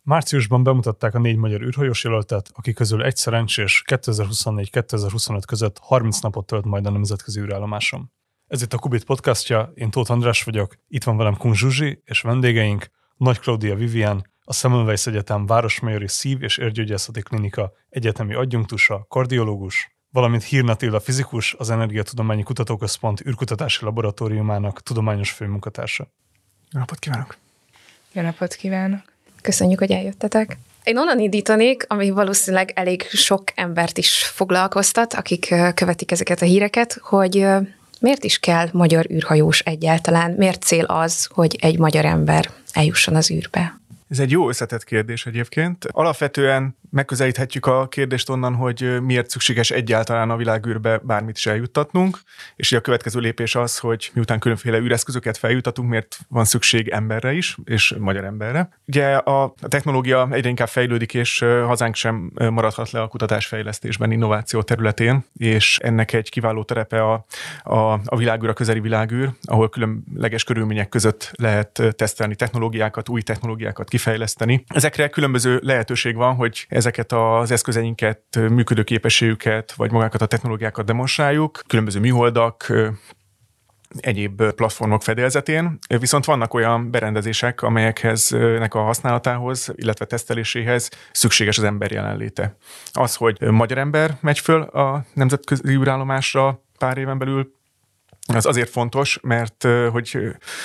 Márciusban bemutatták a 4 magyar űrhajós jelöltet, akik közül egy szerencsés 2024-2025 között 30 napot tölt majd a nemzetközi űrállomáson. Ez itt a Qubit podcastja, én Tóth András vagyok, itt van velem Kun Zsuzsi és vendégeink, Nagy Klaudia Vivian, a Semmelweis Egyetem Városmajori Szív- és Érgyógyászati Klinika egyetemi adjunktusa, kardiológus, valamint Hírn Attila fizikus, az Energiatudományi Kutatóközpont űrkutatási laboratóriumának tudományos főmunkatársa. Jó napot kívánok! Jó napot kívánok! Köszönjük, hogy eljöttetek. Én onnan indítanék, ami valószínűleg elég sok embert is foglalkoztat, akik követik ezeket a híreket, hogy miért is kell magyar űrhajós egyáltalán? Miért cél az, hogy egy magyar ember eljusson az űrbe? Ez egy jó összetett kérdés egyébként. Alapvetően megközelíthetjük a kérdést onnan, hogy miért szükséges egyáltalán a világűrbe bármit is eljuttatnunk, és a következő lépés az, hogy miután különféle űreszközöket feljutatunk, miért van szükség emberre is, és magyar emberre. Ugye a technológia egyre inkább fejlődik, és hazánk sem maradhat le a kutatásfejlesztésben, innováció területén, és ennek egy kiváló terepe a világűr, a közeli világűr, ahol különleges körülmények között lehet tesztelni technológiákat, új technológiákat kifejleszteni. Ezekre különböző lehetőség van, hogy ezeket az eszközeinket, működőképességüket, vagy magákat a technológiákat demonstráljuk, különböző műholdak, egyéb platformok fedélzetén, viszont vannak olyan berendezések, amelyeknek a használatához, illetve teszteléséhez szükséges az ember jelenléte. Az, hogy magyar ember megy föl a nemzetközi űrállomásra pár éven belül, az azért fontos, mert hogy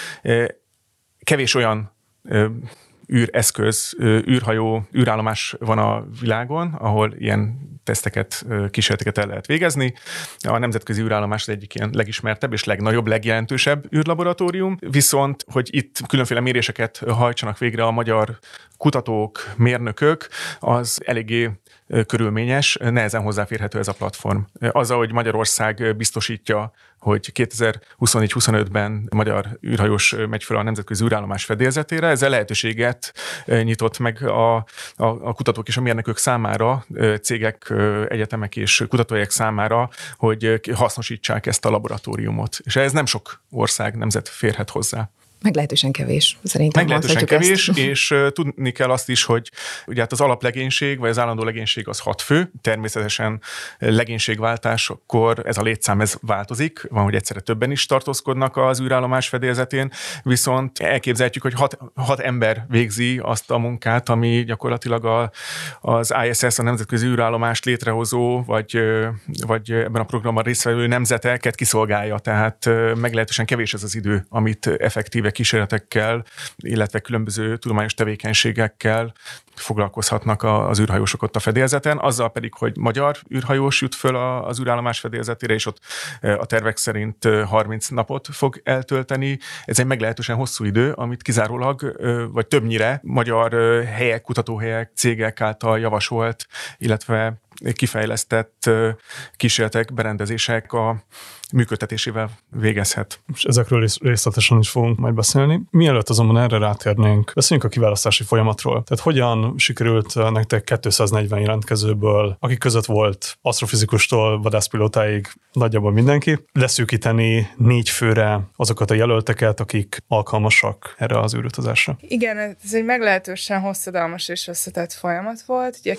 kevés olyan űreszköz, űrhajó, űrállomás van a világon, ahol ilyen teszteket, kísérleteket el lehet végezni. A nemzetközi űrállomás az egyik ilyen legismertebb és legnagyobb, legjelentősebb űrlaboratórium, viszont, hogy itt különféle méréseket hajtsanak végre a magyar kutatók, mérnökök, az eléggé körülményes, nehezen hozzáférhető ez a platform. Azzal, hogy Magyarország biztosítja, hogy 2024-25-ben magyar űrhajós megy fel a nemzetközi űrállomás fedélzetére, ezzel lehetőséget nyitott meg a kutatók és a mérnökök számára, cégek, egyetemek és kutatóhelyek számára, hogy hasznosítsák ezt a laboratóriumot. És ez nem sok ország, nemzet férhet hozzá. Meglehetősen kevés, szerintem. Meglehetősen kevés, és tudni kell azt is, hogy ugye hát az alaplegénység, vagy az állandó legénység az 6 fő, természetesen legénységváltáskor ez a létszám ez változik, van, hogy egyszerre többen is tartózkodnak az űrállomás fedélzetén, viszont elképzelhetjük, hogy 6 ember végzi azt a munkát, ami gyakorlatilag az ISS, a nemzetközi űrállomást létrehozó, vagy ebben a programban résztvevő nemzeteket kiszolgálja, tehát meglehetősen kevés ez az idő, amit effektíve kísérletekkel, illetve különböző tudományos tevékenységekkel foglalkozhatnak az űrhajósok ott a fedélzeten, azzal pedig, hogy magyar űrhajós jut föl az űrállomás fedélzetére, és ott a tervek szerint 30 napot fog eltölteni. Ez egy meglehetősen hosszú idő, amit kizárólag, vagy többnyire magyar helyek, kutatóhelyek, cégek által javasolt, illetve kifejlesztett kísérletek, berendezések a működtetésével végezhet. És ezekről részletesen is fogunk majd beszélni. Mielőtt azonban erre rátérnénk, beszéljünk a kiválasztási folyamatról. Tehát hogyan sikerült nektek 240 jelentkezőből, akik között volt asztrofizikustól vadászpilótáig nagyjából mindenki, leszűkíteni 4 főre azokat a jelölteket, akik alkalmasak erre az űrutazásra? Igen, ez egy meglehetősen hosszadalmas és összetett folyamat volt. Ugye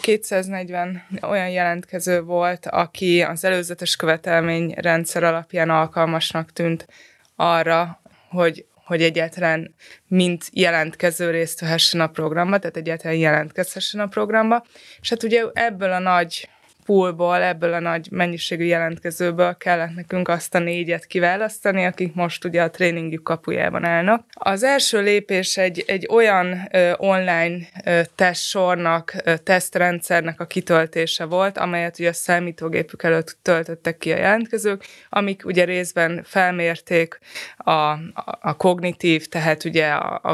240 olyan jelentkező volt, aki az előzetes követelményrendszer alapján alkalmasnak tűnt arra, hogy egyáltalán mint jelentkező részt vehessen a programba, tehát egyáltalán jelentkezhessen a programba. És hát ugye ebből a nagy poolból, ebből a nagy mennyiségű jelentkezőből kellett nekünk azt a 4-et kiválasztani, akik most ugye a tréningjük kapujában állnak. Az első lépés egy olyan online tesztsornak, tesztrendszernek a kitöltése volt, amelyet ugye a számítógépük előtt töltöttek ki a jelentkezők, amik ugye részben felmérték a kognitív, tehát ugye a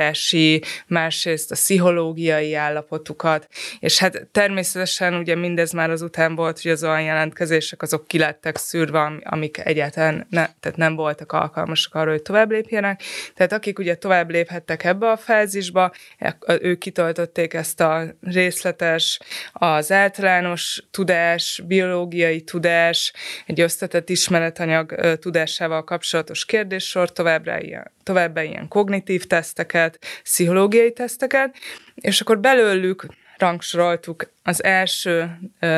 gondolkodási, másrészt a pszichológiai állapotukat, és hát természetesen ugye mindez ez már azután volt, hogy az olyan jelentkezések azok ki lettek szűrve, amik egyáltalán tehát nem voltak alkalmasak arra, hogy tovább lépjenek. Tehát akik ugye tovább léphettek ebbe a fázisba, ők kitöltötték ezt a részletes, az általános tudás, biológiai tudás, egy összetett ismeretanyag tudásával kapcsolatos kérdéssor, továbbá ilyen kognitív teszteket, pszichológiai teszteket, és akkor belőlük rangsoroltuk az első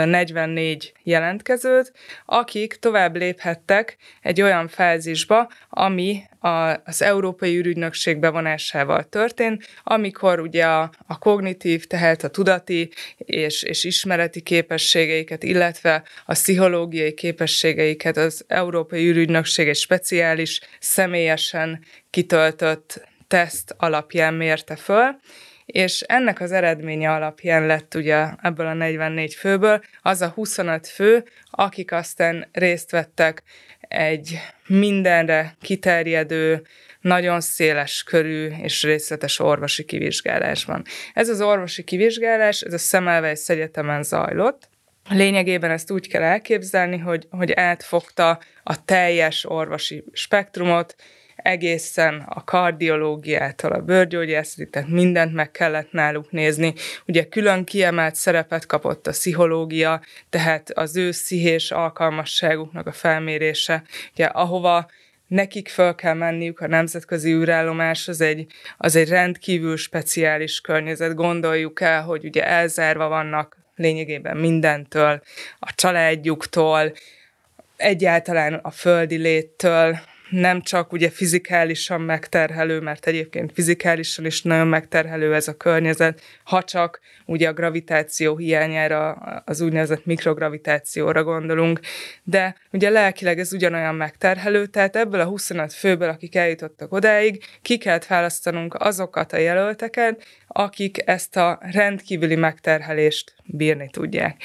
44 jelentkezőt, akik tovább léphettek egy olyan fázisba, ami az Európai Ürügynökség bevonásával történt, amikor ugye a kognitív, tehát a tudati és ismereti képességeiket, illetve a pszichológiai képességeiket az Európai Ürügynökség egy speciális, személyesen kitöltött teszt alapján mérte föl, és ennek az eredménye alapján lett ugye ebből a 44 főből az a 25 fő, akik aztán részt vettek egy mindenre kiterjedő, nagyon széles körű és részletes orvosi kivizsgálásban. Ez az orvosi kivizsgálás, ez a Semmelweis Egyetemen zajlott. Lényegében ezt úgy kell elképzelni, hogy átfogta a teljes orvosi spektrumot, egészen a kardiológiától a bőrgyógyászatig, tehát mindent meg kellett náluk nézni. Ugye külön kiemelt szerepet kapott a pszichológia, tehát az ő pszichés alkalmasságuknak a felmérése, ugye ahova nekik föl kell menniük, a nemzetközi űrállomás az egy rendkívül speciális környezet. Gondoljuk el, hogy ugye elzárva vannak lényegében mindentől, a családjuktól, egyáltalán a földi léttől, nem csak ugye fizikálisan megterhelő, mert egyébként fizikálisan is nagyon megterhelő ez a környezet, ha csak ugye a gravitáció hiányára, az úgynevezett mikrogravitációra gondolunk, de ugye lelkileg ez ugyanolyan megterhelő, tehát ebből a 25 főből, akik eljutottak odáig, ki kellett választanunk azokat a jelölteket, akik ezt a rendkívüli megterhelést bírni tudják.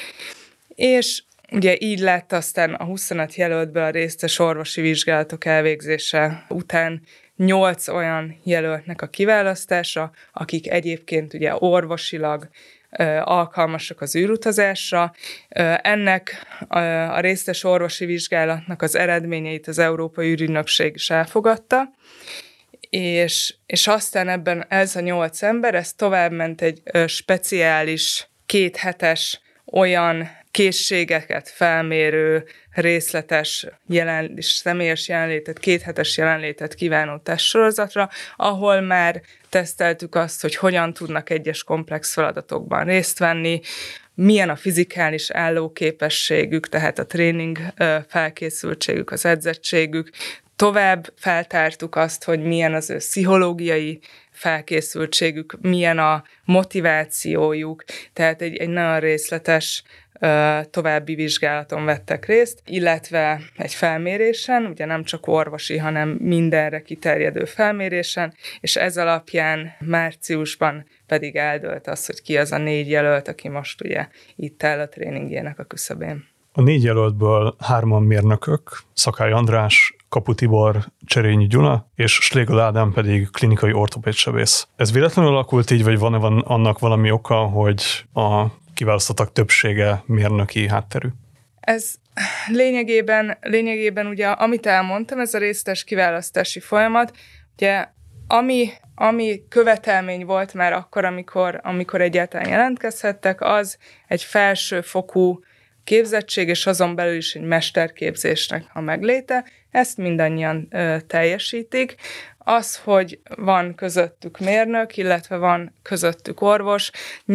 És ugye így lett aztán a 25 jelöltből a részletes orvosi vizsgálatok elvégzése után 8 olyan jelöltnek a kiválasztása, akik egyébként ugye orvosilag alkalmasak az űrutazásra. Ennek a részletes orvosi vizsgálatnak az eredményeit az Európai Ürügynökség is elfogadta, és aztán ez a 8 ember, ez továbbment egy speciális 2 hetes olyan készségeket felmérő, részletes és személyes jelenlétet, 2 hetes jelenlétet kívánó tesztsorozatra, ahol már teszteltük azt, hogy hogyan tudnak egyes komplex feladatokban részt venni, milyen a fizikális állóképességük, tehát a tréning felkészültségük, az edzettségük. Tovább feltártuk azt, hogy milyen az ő pszichológiai felkészültségük, milyen a motivációjuk, tehát egy nagyon részletes további vizsgálaton vettek részt, illetve egy felmérésen, ugye nem csak orvosi, hanem mindenre kiterjedő felmérésen, és ez alapján márciusban pedig eldőlt az, hogy ki az a 4 jelölt, aki most ugye itt áll a tréningjének a küszöbén. A 4 jelöltből 3-an mérnökök, Szakály András, Kapu Tibor, Cserényi Gyula, és Schlegel Ádám pedig klinikai ortopédsebész. Ez véletlenül alakult így, vagy van annak valami oka, hogy a kiválasztottak többsége mérnöki hátterű? Ez lényegében ugye, amit elmondtam, ez a részletes kiválasztási folyamat, ugye ami követelmény volt már akkor, amikor egyáltalán jelentkezhettek, az egy felsőfokú képzettség, és azon belül is egy mesterképzésnek a megléte. Ezt mindannyian teljesítik. Az, hogy van közöttük mérnök, illetve van közöttük orvos,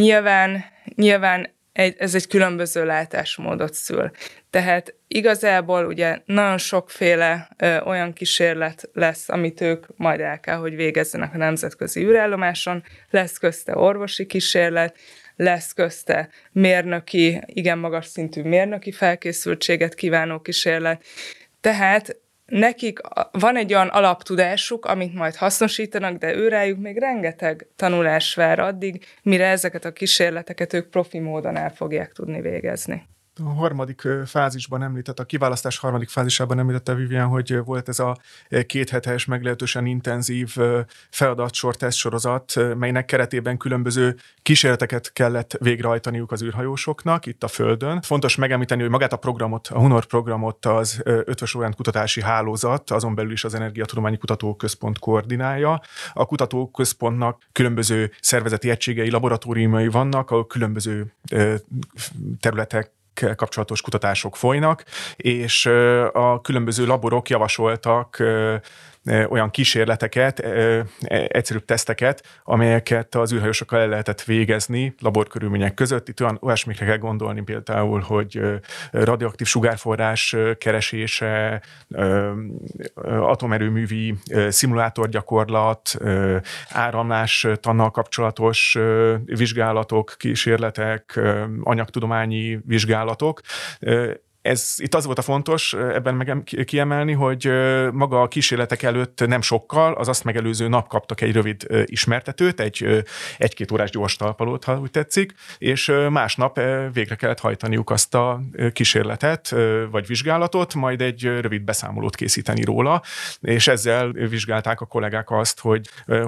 nyilván ez egy különböző látásmódot szül. Tehát igazából ugye nagyon sokféle olyan kísérlet lesz, amit ők majd el kell, hogy végezzenek a nemzetközi űrállomáson. Lesz közte orvosi kísérlet, lesz közte igen magas szintű mérnöki felkészültséget kívánó kísérlet. Tehát nekik van egy olyan alaptudásuk, amit majd hasznosítanak, de őrájuk még rengeteg tanulás vár addig, mire ezeket a kísérleteket ők profi módon el fogják tudni végezni. A harmadik fázisban említett, a kiválasztás harmadik fázisában említette Vivian, hogy volt ez a 2 hetes, meglehetősen intenzív feladatsor, tesztsorozat, melynek keretében különböző kísérleteket kellett végrehajtaniuk az űrhajósoknak itt a Földön. Fontos megemlíteni, hogy magát a programot, a Hunor programot az Eötvös Loránd Kutatási Hálózat, azon belül is az Energiatudományi Kutatóközpont koordinálja. A kutatóközpontnak különböző szervezeti egységei, laboratóriumai vannak, ahol különböző területek kapcsolatos kutatások folynak, és a különböző laborok javasoltak olyan kísérleteket, egyszerűbb teszteket, amelyeket az űrhajósokkal el lehetett végezni laborkörülmények között. Itt olyasmikre kell gondolni például, hogy radioaktív sugárforrás keresése, atomerőművi szimulátorgyakorlat, áramlástannal kapcsolatos vizsgálatok, kísérletek, anyagtudományi vizsgálatok. Itt az volt a fontos ebben kiemelni, hogy maga a kísérletek előtt nem sokkal, az azt megelőző nap kaptak egy rövid ismertetőt, egy-két órás gyors talpalót, ha úgy tetszik, és másnap végre kellett hajtaniuk azt a kísérletet, vagy vizsgálatot, majd egy rövid beszámolót készíteni róla, és ezzel vizsgálták a kollégák azt, hogy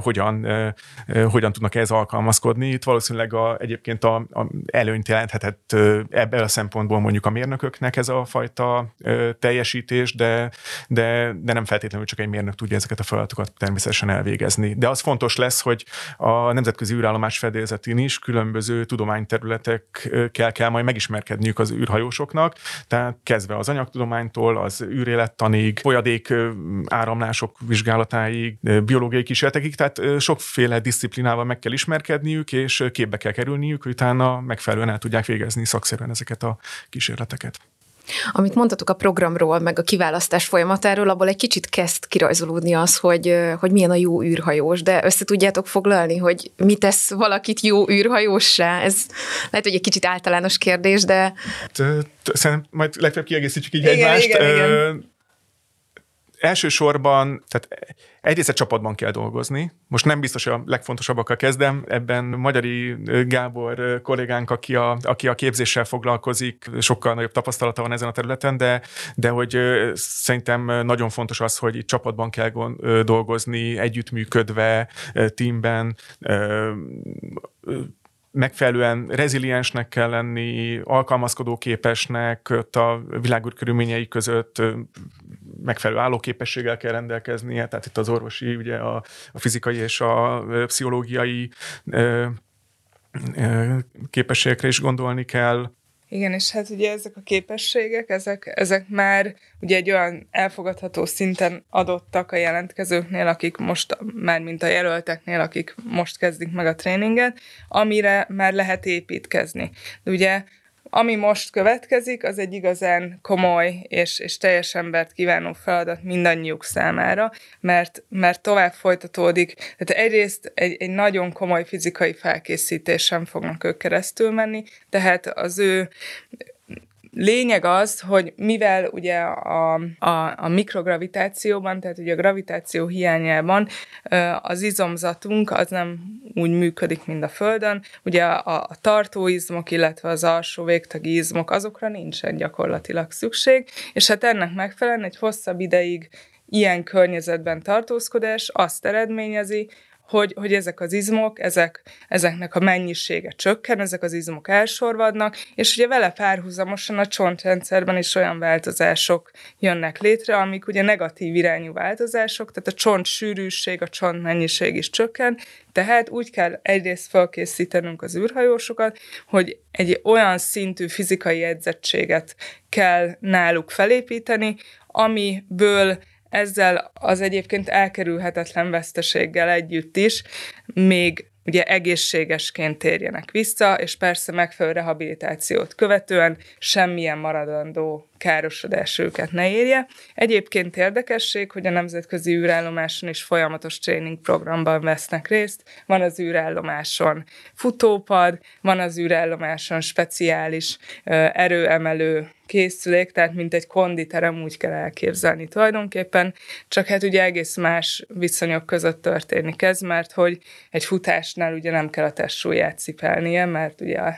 hogyan tudnak ehhez alkalmazkodni. Itt valószínűleg egyébként a előnyt jelenthetett ebből a szempontból mondjuk a mérnököknek ez a fajta teljesítés, de nem feltétlenül csak egy mérnök tudja ezeket a feladatokat természetesen elvégezni. De az fontos lesz, hogy a nemzetközi űrállomás fedélzetén is különböző tudományterületekkel kell majd megismerkedniük az űrhajósoknak, tehát kezdve az anyagtudománytól, az űrélettanig, folyadék áramlások vizsgálatáig, biológiai kísérletekig, tehát sokféle disziplinával meg kell ismerkedniük, és képbe kell kerülniük, hogy utána megfelelően el tudják végezni szakszerűen ezeket a kísérleteket. Amit mondtatok a programról, meg a kiválasztás folyamatáról, abból egy kicsit kezd kirajzolódni az, hogy milyen a jó űrhajós, de össze tudjátok foglalni, hogy mi tesz valakit jó űrhajóssá? Ez lehet, hogy egy kicsit általános kérdés, de... Szerintem majd legfeljebb kiegészítjük így egymást. Igen. Elsősorban, tehát egyrészt egy csapatban kell dolgozni. Most nem biztos, hogy a legfontosabbakkal kezdem. Ebben Magyari Gábor kollégánk, aki a képzéssel foglalkozik, sokkal nagyobb tapasztalata van ezen a területen, de hogy szerintem nagyon fontos az, hogy itt csapatban kell dolgozni, együttműködve, teamben, megfelelően reziliensnek kell lenni, alkalmazkodóképesnek, ott a világűr körülményei között megfelelő állóképességgel kell rendelkeznie, tehát itt az orvosi, ugye a fizikai és a pszichológiai képességekre is gondolni kell. Igen, és hát ugye ezek a képességek, ezek már ugye egy olyan elfogadható szinten adottak a jelentkezőknél, akik most, már mint a jelölteknél, akik most kezdik meg a tréninget, amire már lehet építkezni. De ugye ami most következik, az egy igazán komoly és teljes embert kívánó feladat mindannyiuk számára, mert tovább folytatódik. Tehát egyrészt egy nagyon komoly fizikai felkészítésen fognak ők keresztül menni, tehát az ő lényeg az, hogy mivel ugye a mikrogravitációban, tehát ugye a gravitáció hiányában az izomzatunk az nem úgy működik, mint a Földön. Ugye a tartóizmok, illetve az alsó végtagi izmok, azokra nincsen gyakorlatilag szükség, és hát ennek megfelelően egy hosszabb ideig ilyen környezetben tartózkodás azt eredményezi, hogy ezek az izmok, ezeknek a mennyisége csökken, ezek az izmok elsorvadnak, és ugye vele párhuzamosan a csontrendszerben is olyan változások jönnek létre, amik ugye negatív irányú változások, tehát a csont sűrűség, a csont mennyiség is csökken, tehát úgy kell egyrészt felkészítenünk az űrhajósokat, hogy egy olyan szintű fizikai edzettséget kell náluk felépíteni, amiből ezzel az egyébként elkerülhetetlen veszteséggel együtt is még ugye egészségesként térjenek vissza, és persze megfelelő rehabilitációt követően semmilyen maradandó károsodás őket ne érje. Egyébként érdekesség, hogy a nemzetközi űrállomáson is folyamatos tréning programban vesznek részt. Van az űrállomáson futópad, van az űrállomáson speciális erőemelő készülék, tehát mint egy konditerem, úgy kell elképzelni tulajdonképpen, csak hát ugye egész más viszonyok között történik ez, mert hogy egy futásnál ugye nem kell a testsúlyát cipelnie, mert ugye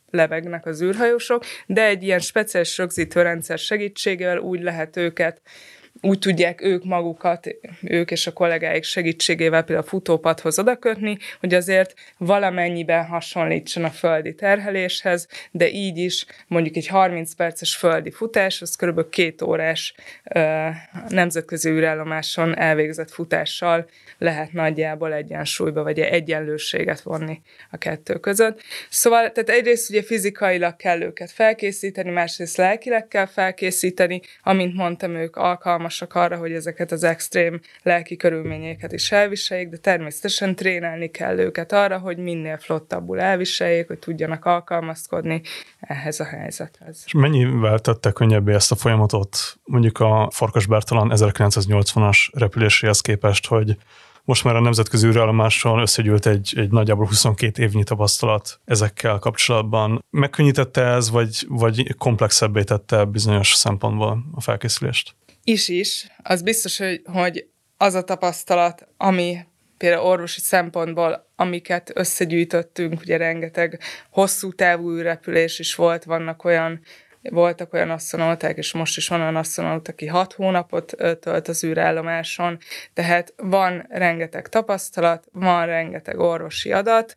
lebegnek az űrhajósok, de egy ilyen speciális rögzítőrendszer segítségével úgy lehet őket, úgy tudják ők magukat, ők és a kollégáik segítségével például a futópadhoz odakötni, hogy azért valamennyiben hasonlítson a földi terheléshez, de így is mondjuk egy 30 perces földi futás, az kb. 2 órás nemzetközi űrállomáson elvégzett futással lehet nagyjából egyensúlyba, vagy egyenlőséget vonni a kettő között. Szóval, tehát egyrészt ugye fizikailag kell őket felkészíteni, másrészt lelkileg kell felkészíteni, amint mondtam, ők alkalmasak arra, hogy ezeket az extrém lelki körülményeket is elviseljék, de természetesen trénálni kell őket arra, hogy minél flottabbul elviseljék, hogy tudjanak alkalmazkodni ehhez a helyzethez. És mennyivel tette könnyebbé ezt a folyamatot mondjuk a Farkas Bertalan 1980-as repüléséhez képest, hogy most már a nemzetközi űrállomáson összegyűlt egy nagyjából 22 évnyi tapasztalat ezekkel kapcsolatban. Megkönnyítette ez, vagy komplexebbé tette bizonyos szempontból a felkészülést? Is. Az biztos, hogy az a tapasztalat, ami például orvosi szempontból, amiket összegyűjtöttünk, ugye rengeteg hosszú távú űrrepülés is volt, voltak olyan asztronauták, és most is van olyan asztronaut, aki 6 hónapot tölt az űrállomáson, tehát van rengeteg tapasztalat, van rengeteg orvosi adat,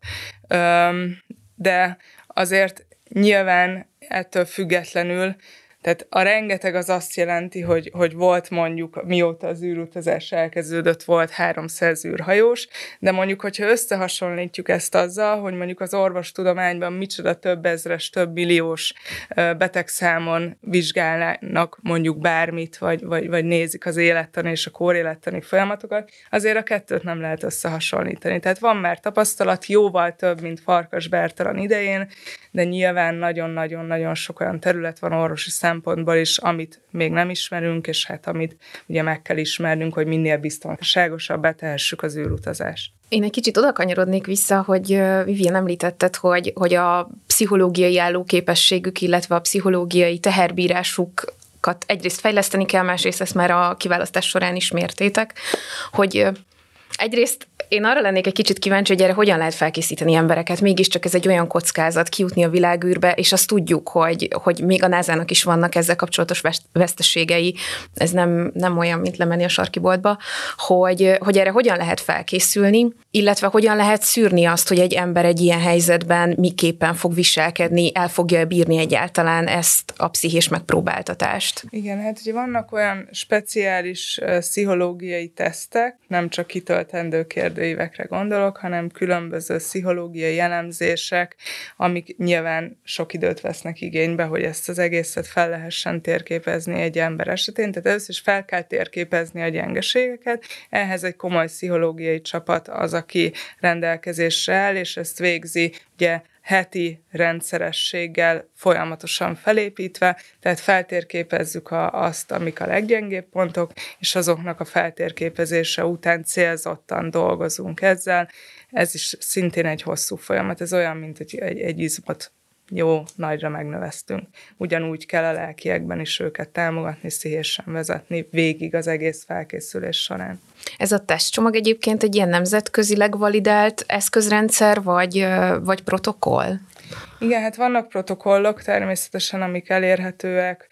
de azért nyilván ettől függetlenül, tehát a rengeteg az azt jelenti, hogy volt mondjuk, mióta az űrutazás elkezdődött, volt 300 űrhajós, de mondjuk, hogyha összehasonlítjuk ezt azzal, hogy mondjuk az orvostudományban micsoda több ezres, több milliós betegszámon vizsgálnak mondjuk bármit, vagy nézik az élettani és a kórélettani folyamatokat, azért a kettőt nem lehet összehasonlítani. Tehát van már tapasztalat, jóval több, mint Farkas Bertalan idején, de nyilván nagyon-nagyon-nagyon sok olyan terület van orvosi szempontból is, amit még nem ismerünk, és hát amit ugye meg kell ismernünk, hogy minél biztonságosabbá tehessük az űrutazást. Én egy kicsit oda kanyarodnék vissza, hogy Vivian említetted, hogy a pszichológiai állóképességük, illetve a pszichológiai teherbírásukat egyrészt fejleszteni kell, másrészt ezt már a kiválasztás során is mértétek, hogy egyrészt én arra lennék egy kicsit kíváncsi, hogy erre hogyan lehet felkészíteni embereket. Mégiscsak ez egy olyan kockázat kijutni a világűrbe, és azt tudjuk, hogy még a NASA-nak is vannak ezzel kapcsolatos veszteségei. Ez nem olyan, mint lemenni a sarkiboltba, hogy erre hogyan lehet felkészülni, illetve hogyan lehet szűrni azt, hogy egy ember egy ilyen helyzetben miképpen fog viselkedni, el fogja bírni egyáltalán ezt a pszichés megpróbáltatást. Igen, hát ugye vannak olyan speciális pszichológiai tesztek, nem csak kitöltendő kérdőívekre gondolok, hanem különböző pszichológiai elemzések, amik nyilván sok időt vesznek igénybe, hogy ezt az egészet fel lehessen térképezni egy ember esetén. Tehát először is fel kell térképezni a gyengeségeket, ehhez egy komoly pszichológiai csapat az, aki rendelkezésre áll, és ezt végzi ugye heti rendszerességgel folyamatosan felépítve, tehát feltérképezzük azt, amik a leggyengébb pontok, és azoknak a feltérképezése után célzottan dolgozunk ezzel. Ez is szintén egy hosszú folyamat, ez olyan, mint egy izmot jó nagyra megnöveztünk. Ugyanúgy kell a lelkiekben is őket támogatni, szívésen vezetni végig az egész felkészülés során. Ez a tesztcsomag egyébként egy ilyen nemzetközileg validált eszközrendszer, vagy protokoll? Igen, hát vannak protokollok természetesen, amik elérhetőek.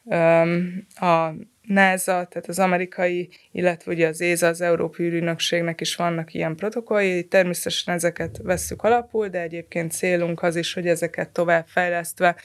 A NASA, tehát az amerikai, illetve ugye az ESA, az Európai űrügynökségnek is vannak ilyen protokolljai. Természetesen ezeket vesszük alapul, de egyébként célunk az is, hogy ezeket továbbfejlesztve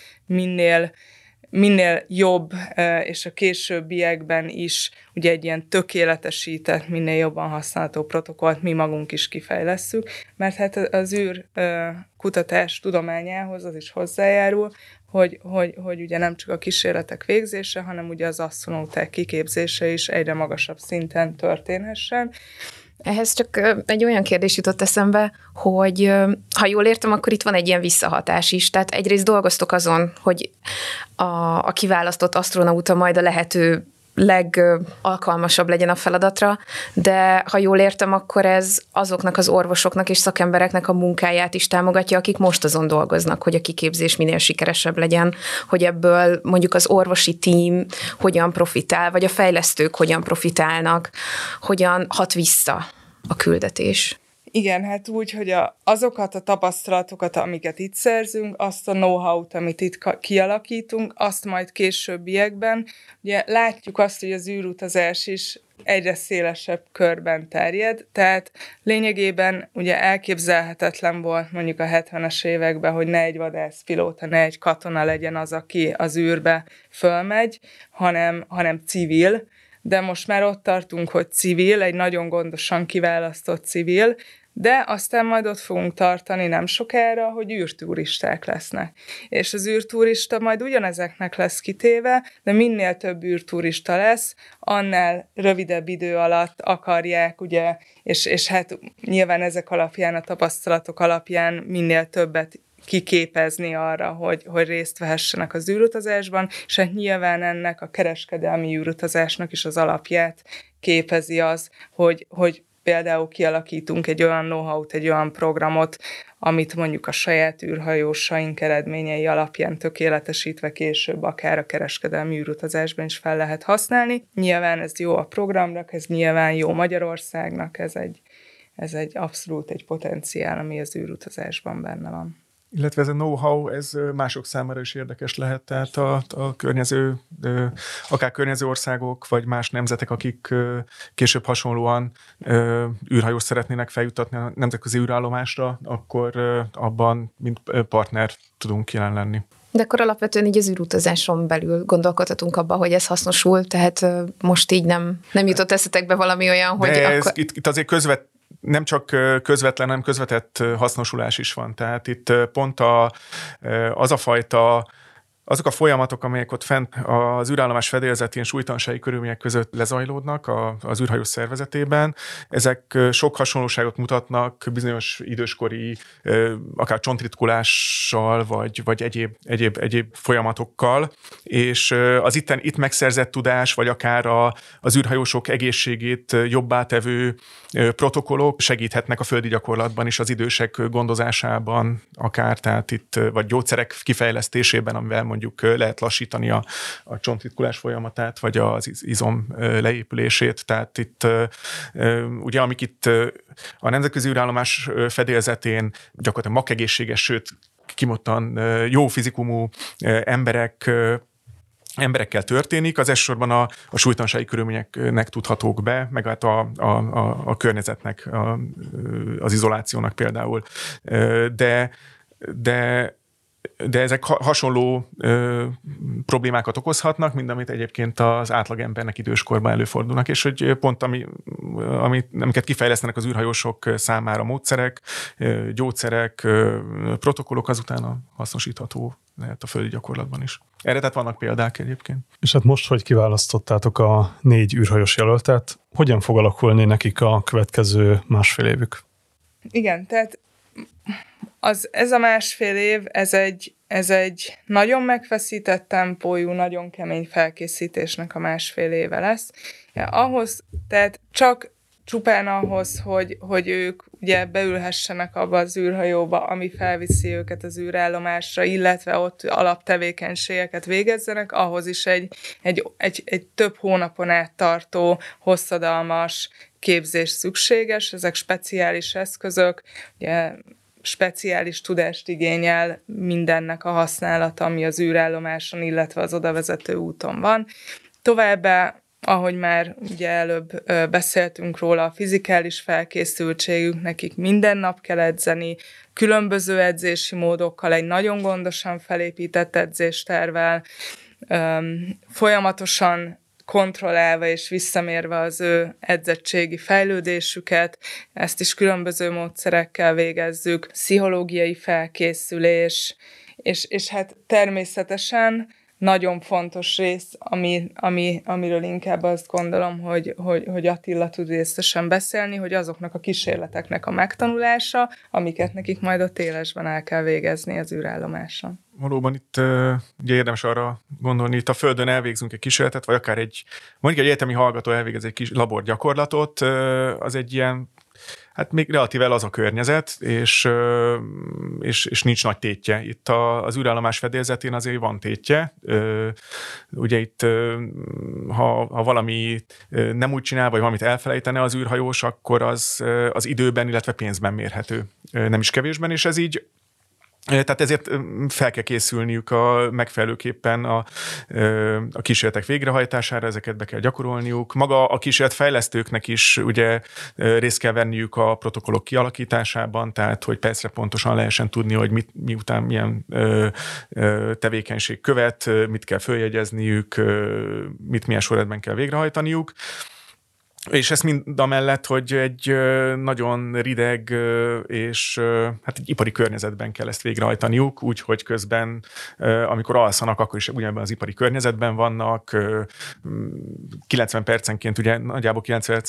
minél jobb, és a későbbiekben is ugye egy ilyen tökéletesített, minél jobban használható protokollt mi magunk is kifejlesszük, mert hát az űr kutatás tudományához az is hozzájárul, hogy ugye nem csak a kísérletek végzése, hanem ugye az asztronauták kiképzése is egyre magasabb szinten történhessen. Ehhez csak egy olyan kérdés jutott eszembe, hogy ha jól értem, akkor itt van egy ilyen visszahatás is. Tehát egyrészt dolgoztok azon, hogy a kiválasztott asztronauta majd a lehető legalkalmasabb legyen a feladatra, de ha jól értem, akkor ez azoknak az orvosoknak és szakembereknek a munkáját is támogatja, akik most azon dolgoznak, hogy a kiképzés minél sikeresebb legyen, hogy ebből mondjuk az orvosi tím hogyan profitál, vagy a fejlesztők hogyan profitálnak, hogyan hat vissza a küldetés. Igen, hát úgy, hogy azokat a tapasztalatokat, amiket itt szerzünk, azt a know-how-t, amit itt kialakítunk, azt majd későbbiekben, ugye látjuk azt, hogy az űrutazás is egyre szélesebb körben terjed, tehát lényegében ugye elképzelhetetlen volt mondjuk a 70-es években, hogy ne egy vadászpilóta, ne egy katona legyen az, aki az űrbe fölmegy, hanem civil, de most már ott tartunk, hogy civil, egy nagyon gondosan kiválasztott civil, de aztán majd ott fogunk tartani nem sokára, hogy űrturisták lesznek. És az űrturista majd ugyanezeknek lesz kitéve, de minél több űrturista lesz, annál rövidebb idő alatt akarják, ugye, és hát nyilván ezek alapján, a tapasztalatok alapján minél többet kiképezni arra, hogy részt vehessenek az űrutazásban, és hát nyilván ennek a kereskedelmi űrutazásnak is az alapját képezi az, hogy például kialakítunk egy olyan know-how-t, egy olyan programot, amit mondjuk a saját űrhajósaink eredményei alapján tökéletesítve később akár a kereskedelmi űrutazásban is fel lehet használni. Nyilván ez jó a programnak, ez nyilván jó Magyarországnak, ez egy abszolút egy potenciál, ami az űrutazásban benne van. Illetve ez a know-how, ez mások számára is érdekes lehet, tehát a környező, akár környező országok, vagy más nemzetek, akik később hasonlóan űrhajót szeretnének feljuttatni a nemzetközi űrállomásra, akkor abban, mint partner tudunk jelen lenni. De akkor alapvetően így az űrutazáson belül gondolkodhatunk abba, hogy ez hasznosul, tehát most így nem jutott eszetekbe valami olyan, hogy de akkor... itt azért nem csak közvetlen, hanem közvetett hasznosulás is van. Tehát itt pont azok a folyamatok, amelyek ott fent az űrállomás fedélzetén súlytalansági körülmények között lezajlódnak az űrhajó szervezetében, ezek sok hasonlóságot mutatnak bizonyos időskori, akár csontritkulással, vagy egyéb folyamatokkal, és az itt megszerzett tudás, vagy akár az űrhajósok egészségét jobbá tevő protokollok segíthetnek a földi gyakorlatban is az idősek gondozásában, akár, tehát itt, vagy gyógyszerek kifejlesztésében, amivel mondjuk lehet lassítani a csontritkulás folyamatát, vagy az izom leépülését. Tehát itt ugye, amik itt a nemzetközi űrállomás fedélzetén gyakorlatilag makegészséges, sőt kimondottan jó fizikumú emberekkel történik, az elsősorban a súlytalansági körülményeknek tudhatók be, meg hát a környezetnek, az izolációnak például. De ezek hasonló problémákat okozhatnak, mint amit egyébként az átlagembernek időskorban előfordulnak, és hogy pont amiket kifejlesztenek az űrhajósok számára módszerek, gyógyszerek, protokollok, azután hasznosítható lehet a földi gyakorlatban is. Erre tehát vannak példák egyébként. És hát most, hogy kiválasztottátok a 4 űrhajós jelöltet, hogyan fog alakulni nekik a következő másfél évük? Igen, tehát ez a másfél év, ez egy nagyon megfeszített tempójú, nagyon kemény felkészítésnek a másfél éve lesz. Tehát csupán ahhoz, hogy ők ugye beülhessenek abba az űrhajóba, ami felviszi őket az űrállomásra, illetve ott alaptevékenységeket végezzenek, ahhoz is egy több hónapon át tartó, hosszadalmas képzés szükséges. Ezek speciális eszközök, ugye speciális tudást igényel mindennek a használata, ami az űrállomáson, illetve az odavezető úton van. Továbbá, ahogy már ugye előbb beszéltünk róla, a fizikális felkészültségük, nekik minden nap kell edzeni, különböző edzési módokkal, egy nagyon gondosan felépített edzéstervvel, folyamatosan kontrollálva és visszamérve az ő edzettségi fejlődésüket, ezt is különböző módszerekkel végezzük, pszichológiai felkészülés, és hát természetesen nagyon fontos rész, amiről inkább azt gondolom, hogy Attila tud részesen beszélni, hogy azoknak a kísérleteknek a megtanulása, amiket nekik majd ott élesben el kell végezni az űrállomáson. Valóban itt ugye érdemes arra gondolni, itt a Földön elvégzünk egy kísérletet, vagy akár mondjuk egy egyetemi hallgató elvégez egy kis laborgyakorlatot, az egy ilyen hát még relatíve az a környezet, és nincs nagy tétje. Itt az űrállomás fedélzetén azért van tétje. Ugye itt, ha valami nem úgy csinál, vagy valamit elfelejtene az űrhajós, akkor az időben, illetve pénzben mérhető. Nem is kevésben, és ez így tehát ezért fel kell készülniük megfelelőképpen a kísérletek végrehajtására, ezeket be kell gyakorolniuk. Maga a kísérletfejlesztőknek is ugye részt kell venniük a protokollok kialakításában, tehát hogy percre pontosan lehessen tudni, hogy miután milyen tevékenység követ, mit kell följegyezniük, mit milyen sorrendben kell végrehajtaniuk. És ez mind amellett, hogy egy nagyon rideg és hát egy ipari környezetben kell ezt végrehajtaniuk, úgyhogy közben, amikor alszanak, akkor is ugyanebben az ipari környezetben vannak, 90 percenként, ugye nagyjából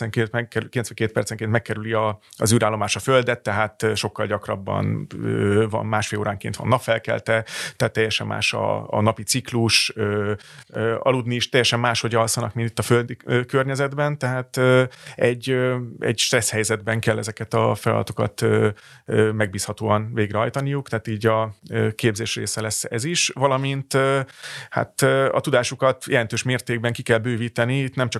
92 percenként megkerüli az űrállomás a Földet, tehát sokkal gyakrabban van, másfél óránként van napfelkelte, tehát teljesen más a napi ciklus, aludni is teljesen más, hogy alszanak, mint itt a földi környezetben, tehát egy stressz helyzetben kell ezeket a feladatokat megbízhatóan végrehajtaniuk, tehát így a képzés része lesz ez is, valamint hát a tudásukat jelentős mértékben ki kell bővíteni, itt nem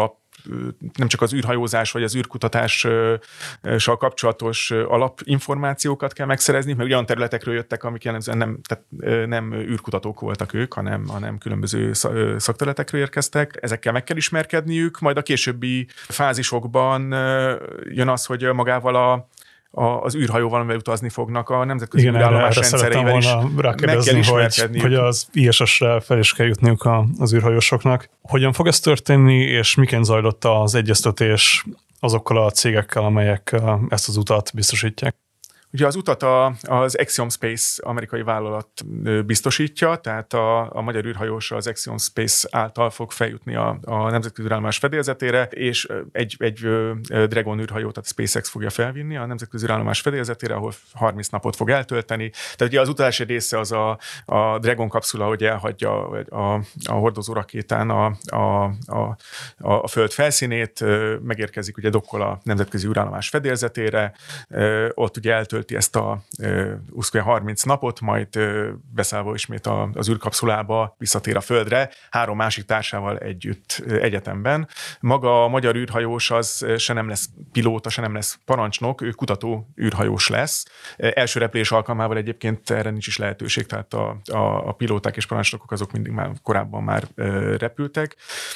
csak az űrhajózás vagy az űrkutatással kapcsolatos alapinformációkat kell megszerezni, mert olyan területekről jöttek, amik jellemzően nem űrkutatók voltak ők, hanem különböző szakterületekről érkeztek. Ezekkel meg kell ismerkedniük, majd a későbbi fázisokban jön az, hogy magával az űrhajóval, amivel utazni fognak, a nemzetközi űrállomás rendszereivel is meg kell ismerkedniük. Hogy az ISS-re fel is kell jutniuk az űrhajósoknak. Hogyan fog ez történni, és miként zajlott az egyeztetés azokkal a cégekkel, amelyek ezt az utat biztosítják? Ugye az utat az Axiom Space amerikai vállalat biztosítja, tehát a magyar űrhajós az Axiom Space által fog feljutni a nemzetközi űrállomás fedélzetére, és egy Dragon űrhajó, tehát SpaceX fogja felvinni a nemzetközi űrállomás fedélzetére, ahol 30 napot fog eltölteni. Tehát ugye az utazási része az a Dragon kapszula, hogy elhagyja a hordozó rakétán a Föld felszínét, megérkezik, ugye dokkol a nemzetközi űrállomás fedélzetére, ott ugye eltölti ezt a 30 napot, majd beszállva ismét az űrkapszulába visszatér a Földre, 3 másik társával együtt egyetemben. Maga a magyar űrhajós az se nem lesz pilóta, se nem lesz parancsnok, ő kutató űrhajós lesz. Első repülés alkalmával egyébként erre nincs is lehetőség, tehát a pilóták és parancsnokok azok mindig már korábban már repültek.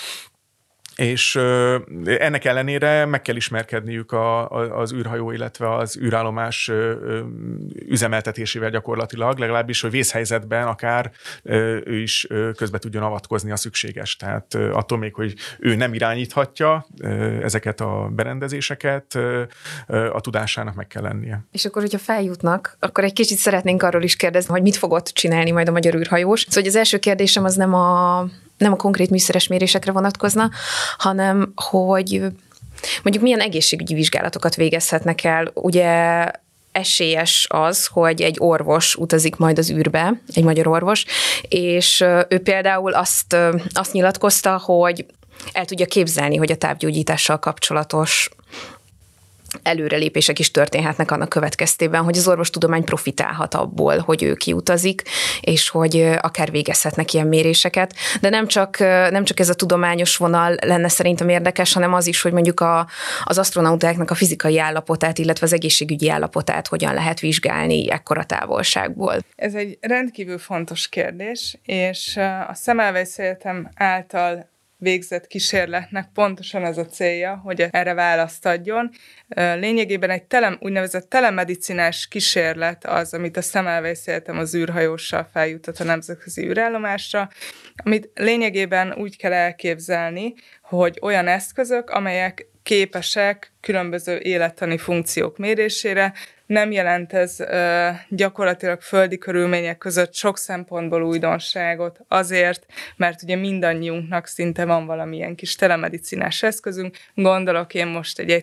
És ennek ellenére meg kell ismerkedniük az űrhajó, illetve az űrállomás üzemeltetésével gyakorlatilag, legalábbis, hogy vészhelyzetben akár ő is közbe tudjon avatkozni, a szükséges. Tehát attól még, hogy ő nem irányíthatja ezeket a berendezéseket, a tudásának meg kell lennie. És akkor, hogyha feljutnak, akkor egy kicsit szeretnénk arról is kérdezni, hogy mit fog ott csinálni majd a magyar űrhajós. Szóval az első kérdésem az nem a konkrét műszeres mérésekre vonatkozna, hanem hogy mondjuk milyen egészségügyi vizsgálatokat végezhetnek el. Ugye esélyes az, hogy egy orvos utazik majd az űrbe, egy magyar orvos, és ő például azt nyilatkozta, hogy el tudja képzelni, hogy a távgyógyítással kapcsolatos előrelépések is történhetnek annak következtében, hogy az orvostudomány profitálhat abból, hogy ő kiutazik, és hogy akár végezhetnek ilyen méréseket. De nem csak ez a tudományos vonal lenne szerintem érdekes, hanem az is, hogy mondjuk az asztronautáknak a fizikai állapotát, illetve az egészségügyi állapotát hogyan lehet vizsgálni ekkora távolságból. Ez egy rendkívül fontos kérdés, és a Semmelweis Egyetem által végzett kísérletnek pontosan ez a célja, hogy erre választ adjon. Lényegében egy úgynevezett telemedicinás kísérlet az, amit a Semmelweis Egyetem az űrhajóssal feljutott a nemzetközi űrállomásra, amit lényegében úgy kell elképzelni, hogy olyan eszközök, amelyek képesek különböző élettani funkciók mérésére. Nem jelent ez gyakorlatilag földi körülmények között sok szempontból újdonságot, azért, mert ugye mindannyiunknak szinte van valamilyen kis telemedicinás eszközünk. Gondolok én most egy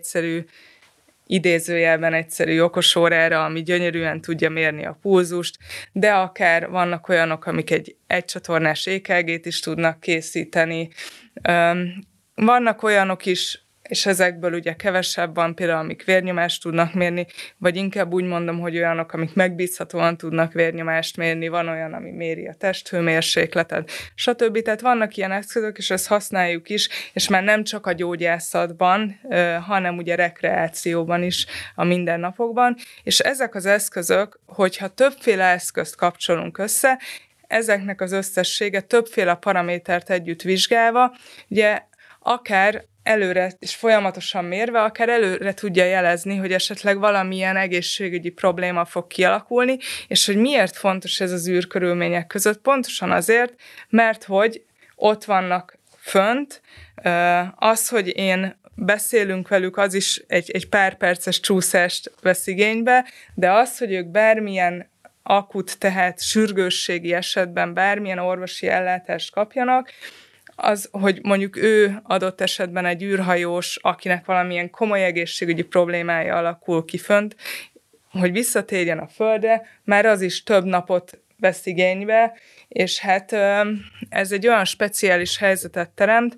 idézőjelben egyszerű okosórára, ami gyönyörűen tudja mérni a pulzust, de akár vannak olyanok, amik egy egycsatornás EKG-t is tudnak készíteni. Vannak olyanok is, és ezekből ugye kevesebb van, például amik vérnyomást tudnak mérni, vagy inkább úgy mondom, hogy olyanok, amik megbízhatóan tudnak vérnyomást mérni, van olyan, ami méri a testhőmérsékletet, stb. Tehát vannak ilyen eszközök, és ezt használjuk is, és már nem csak a gyógyászatban, hanem ugye rekreációban is a mindennapokban, és ezek az eszközök, hogyha többféle eszközt kapcsolunk össze, ezeknek az összessége többféle paramétert együtt vizsgálva, ugye akár előre és folyamatosan mérve, akár előre tudja jelezni, hogy esetleg valamilyen egészségügyi probléma fog kialakulni, és hogy miért fontos ez az űrkörülmények között? Pontosan azért, mert hogy ott vannak fönt, az, hogy beszélünk velük, az is egy pár perces csúszást vesz igénybe, de az, hogy ők bármilyen akut, tehát sürgősségi esetben bármilyen orvosi ellátást kapjanak, az, hogy mondjuk ő adott esetben egy űrhajós, akinek valamilyen komoly egészségügyi problémája alakul ki fönt, hogy visszatérjen a Földre, már az is több napot vesz igénybe, és hát ez egy olyan speciális helyzetet teremt,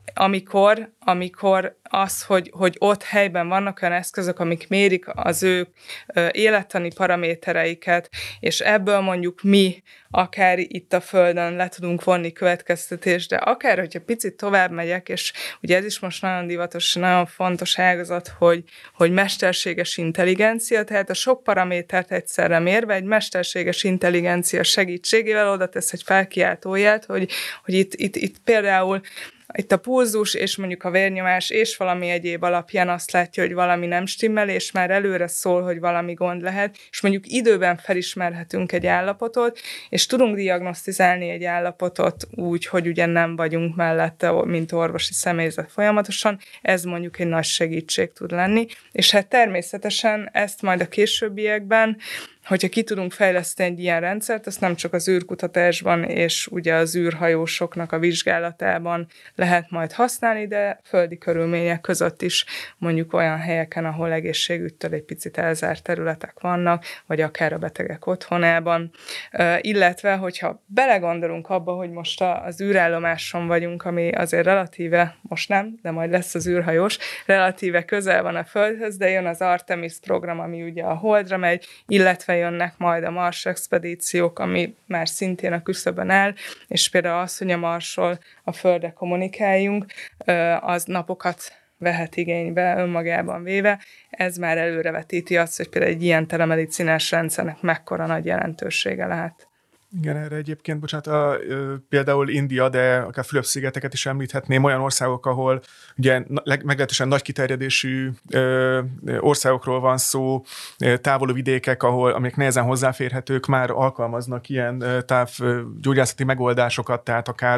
amikor az, hogy ott helyben vannak olyan eszközök, amik mérik az ő élettani paramétereiket, és ebből mondjuk mi akár itt a Földön le tudunk vonni következtetést, de akár, hogyha picit tovább megyek, és ugye ez is most nagyon divatos, nagyon fontos ágazat, hogy mesterséges intelligencia, tehát a sok paramétert egyszerre mérve egy mesterséges intelligencia segítségével oda tesz egy felkiáltóját, hogy itt például itt a pulzus, és mondjuk a vérnyomás, és valami egyéb alapján azt látja, hogy valami nem stimmel, és már előre szól, hogy valami gond lehet, és mondjuk időben felismerhetünk egy állapotot, és tudunk diagnosztizálni egy állapotot úgy, hogy ugye nem vagyunk mellette, mint orvosi személyzet folyamatosan, ez mondjuk egy nagy segítség tud lenni, és hát természetesen ezt majd a későbbiekben, hogyha ki tudunk fejleszteni egy ilyen rendszert, azt nem csak az űrkutatásban és ugye az űrhajósoknak a vizsgálatában lehet majd használni, de földi körülmények között is mondjuk olyan helyeken, ahol egészségügytől egy picit elzárt területek vannak, vagy akár a betegek otthonában. Illetve, hogyha belegondolunk abba, hogy most az űrállomáson vagyunk, ami azért relatíve, most nem, de majd lesz az űrhajós, relatíve közel van a Földhöz, de jön az Artemis program, ami ugye a Holdra megy, illetve jönnek majd a Mars expedíciók, ami már szintén a küszöbön áll, és például az, hogy a Marsról a Földre kommunikáljunk, az napokat vehet igénybe önmagában véve. Ez már előrevetíti azt, hogy például egy ilyen telemedicinás rendszernek mekkora nagy jelentősége lehet. Igen, erre egyébként, bocsánat, például India, de akár Fülöp-szigeteket is említhetném, olyan országok, ahol ugye meglehetősen nagy kiterjedésű országokról van szó, távoli vidékek, amik nehezen hozzáférhetők, már alkalmaznak ilyen távgyógyászati megoldásokat, tehát akár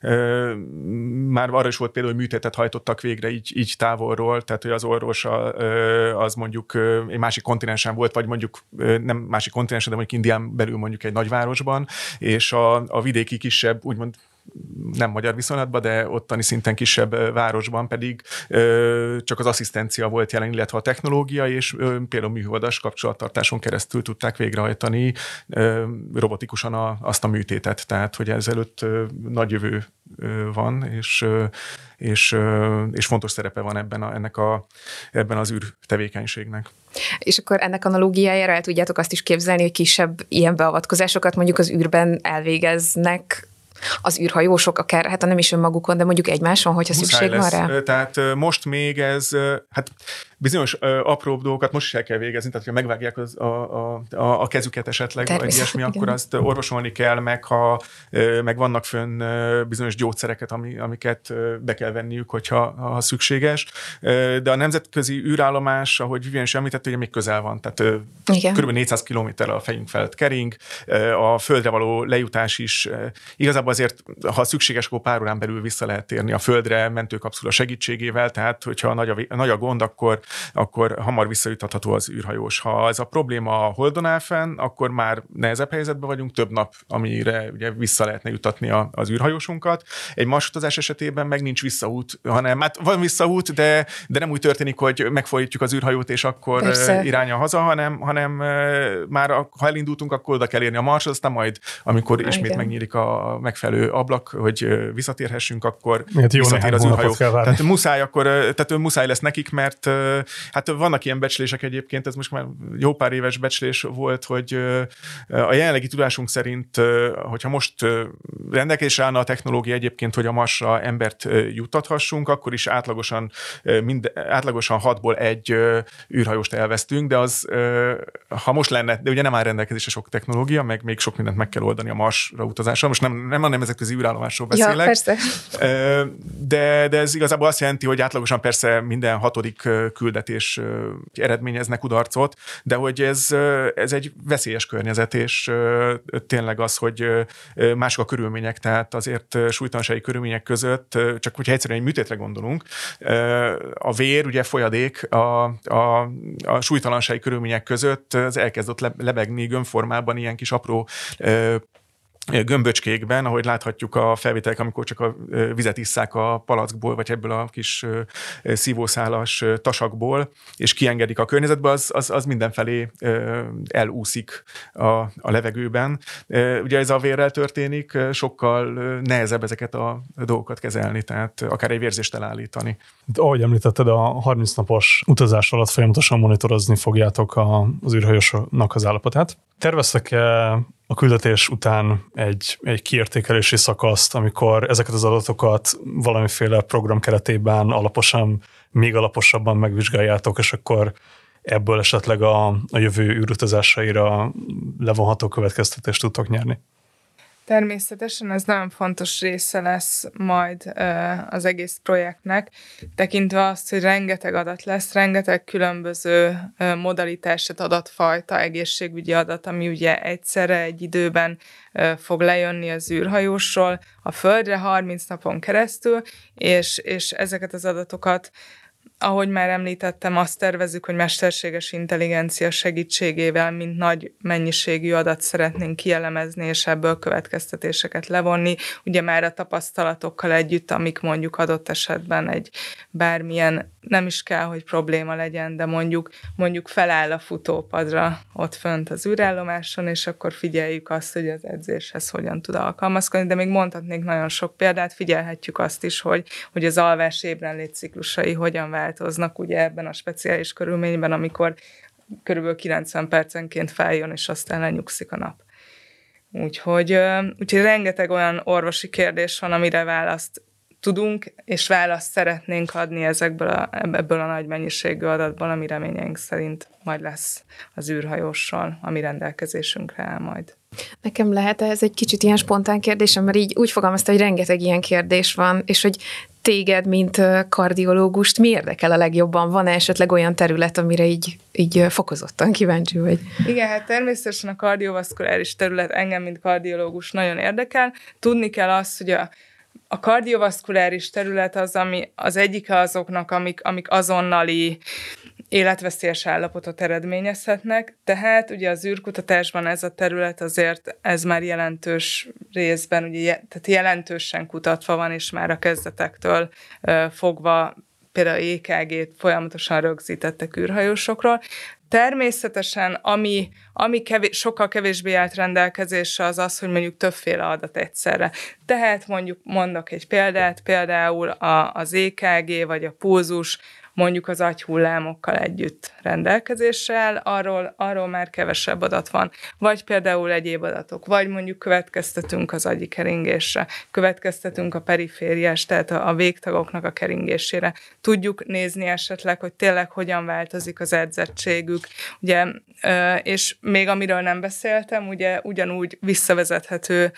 már arra is volt például, hogy műtétet hajtottak végre így távolról, tehát hogy az orvos az mondjuk egy másik kontinensen volt, vagy mondjuk nem másik kontinensen, de mondjuk Indián belül mondjuk egy nagyvárosban, és a vidéki kisebb, úgymond nem magyar viszonylatban, de ottani szinten kisebb városban pedig csak az asszisztencia volt jelen, illetve a technológia, és például műholdas kapcsolattartáson keresztül tudták végrehajtani robotikusan azt a műtétet. Tehát, hogy ezelőtt nagy jövő van, és fontos szerepe van ebben az űrtevékenységnek. És akkor ennek analógiájára el tudjátok azt is képzelni, hogy kisebb ilyen beavatkozásokat mondjuk az űrben elvégeznek az űrhajósok, akár, hát nem is önmagukon, de mondjuk egymáson, hogyha szükség van rá? Tehát most még ez, hát bizonyos apróbb dolgokat most is el kell végezni, tehát ha megvágják a kezüket esetleg, vagy ilyesmi, akkor azt orvosolni kell, meg vannak fönn bizonyos gyógyszereket, amiket be kell venniük, hogyha szükséges. De a nemzetközi űrállomás, ahogy Vivian is említette, ugye még közel van, tehát kb. 400 kilométerrel a fejünk felett kering, a Földre való lejutás is igazából azért, ha szükséges, akkor pár órán belül vissza lehet térni a Földre mentőkapszula segítségével, tehát hogyha nagy a gond, akkor akkor hamar visszajutható az űrhajós. Ha ez a probléma a Holdon áll fenn, akkor már nehezebb helyzetben vagyunk, több nap, amire ugye vissza lehetne jutatni az űrhajósunkat. Egy Mars-utazás esetében meg nincs visszaút, hanem hát van visszaút, de nem úgy történik, hogy megfordítjuk az űrhajót, és akkor irányja haza, hanem már ha elindultunk, akkor oda kell érni a Marshoz, aztán majd, amikor ismét megnyílik a megfelelő ablak, hogy visszatérhessünk, akkor visszatér az űrhajó. Tehát muszáj lesz nekik, mert hát vannak ilyen becslések egyébként, ez most már jó pár éves becslés volt, hogy a jelenlegi tudásunk szerint, hogyha most rendelkezésre állna a technológia egyébként, hogy a Marsra embert juttathassunk, akkor is átlagosan 6-ból 1 űrhajóst elvesztünk, de az, ha most lenne, de ugye nem áll rendelkezésre sok technológia, meg még sok mindent meg kell oldani a Marsra utazásra. Most nem a nemzetközi űrállomásról beszélek. Ja, persze. De ez igazából azt jelenti, hogy átlagosan persze minden 6. küldetés eredményezne kudarcot, de hogy ez egy veszélyes környezet, és tényleg az, hogy mások a körülmények, tehát azért súlytalansági körülmények között, csak hogyha egyszerűen egy műtétre gondolunk, a vér, ugye folyadék a súlytalansági körülmények között az elkezdett lebegni gömbformában ilyen kis apró gömböcskékben, ahogy láthatjuk a felvételek, amikor csak a vizet isszák a palackból, vagy ebből a kis szívószálas tasakból, és kiengedik a környezetbe, az mindenfelé elúszik a levegőben. Ugye ez a vérrel történik, sokkal nehezebb ezeket a dolgokat kezelni, tehát akár egy vérzést elállítani. Ahogy említetted, a 30 napos utazás alatt folyamatosan monitorozni fogjátok az űrhajósnak az állapotát. Terveztek-e a küldetés után egy kiértékelési szakaszt, amikor ezeket az adatokat valamiféle program keretében még alaposabban megvizsgáljátok, és akkor ebből esetleg a jövő űrutazásaira levonható következtetést tudtok nyerni? Természetesen ez nagyon fontos része lesz majd az egész projektnek, tekintve azt, hogy rengeteg adat lesz, rengeteg különböző modalitását, adatfajta, egészségügyi adat, ami ugye egyszerre egy időben fog lejönni az űrhajósról a Földre 30 napon keresztül, és ezeket az adatokat, ahogy már említettem, azt tervezzük, hogy mesterséges intelligencia segítségével mint nagy mennyiségű adat szeretnénk kielemezni, és ebből következtetéseket levonni. Ugye már a tapasztalatokkal együtt, amik mondjuk adott esetben egy bármilyen, nem is kell, hogy probléma legyen, de mondjuk feláll a futópadra ott fönt az űrállomáson, és akkor figyeljük azt, hogy az edzéshez hogyan tud alkalmazkodni, de még mondhatnék nagyon sok példát, figyelhetjük azt is, hogy az alvás ébrenlét ciklusai hogyan változnak ugye ebben a speciális körülményben, amikor körülbelül 90 percenként feljön, és aztán lenyugszik a nap. Úgyhogy rengeteg olyan orvosi kérdés van, amire választ tudunk, és választ szeretnénk adni ebből a nagy mennyiségű adatból, ami reményeink szerint majd lesz az űrhajóssal, ami rendelkezésünkre áll majd. Nekem lehet ez egy kicsit ilyen spontán kérdésem, mert így úgy fogalmazta, hogy rengeteg ilyen kérdés van, és hogy téged, mint kardiológust mi érdekel a legjobban? Van-e esetleg olyan terület, amire így fokozottan kíváncsi vagy? Igen, hát természetesen a kardiovaszkuláris terület engem, mint kardiológus nagyon érdekel. Tudni kell azt, hogy a kardiovaszkuláris terület az, ami az egyike azoknak, amik azonnali életveszélyes állapotot eredményezhetnek, tehát ugye az űrkutatásban ez a terület azért ez már jelentős részben, ugye, tehát jelentősen kutatva van, és már a kezdetektől fogva például EKG-t folyamatosan rögzítettek űrhajósokról. Természetesen, ami sokkal kevésbé állt rendelkezésre, az, hogy mondjuk többféle adat egyszerre. Tehát mondok egy példát, például az EKG vagy a pulzus, mondjuk az agyhullámokkal együtt rendelkezésre áll, arról már kevesebb adat van. Vagy például egyéb adatok, vagy mondjuk következtetünk az agyi keringésre, következtetünk a perifériás, tehát a végtagoknak a keringésére. Tudjuk nézni esetleg, hogy tényleg hogyan változik az edzettségük, ugye, és még amiről nem beszéltem, ugye ugyanúgy visszavezethető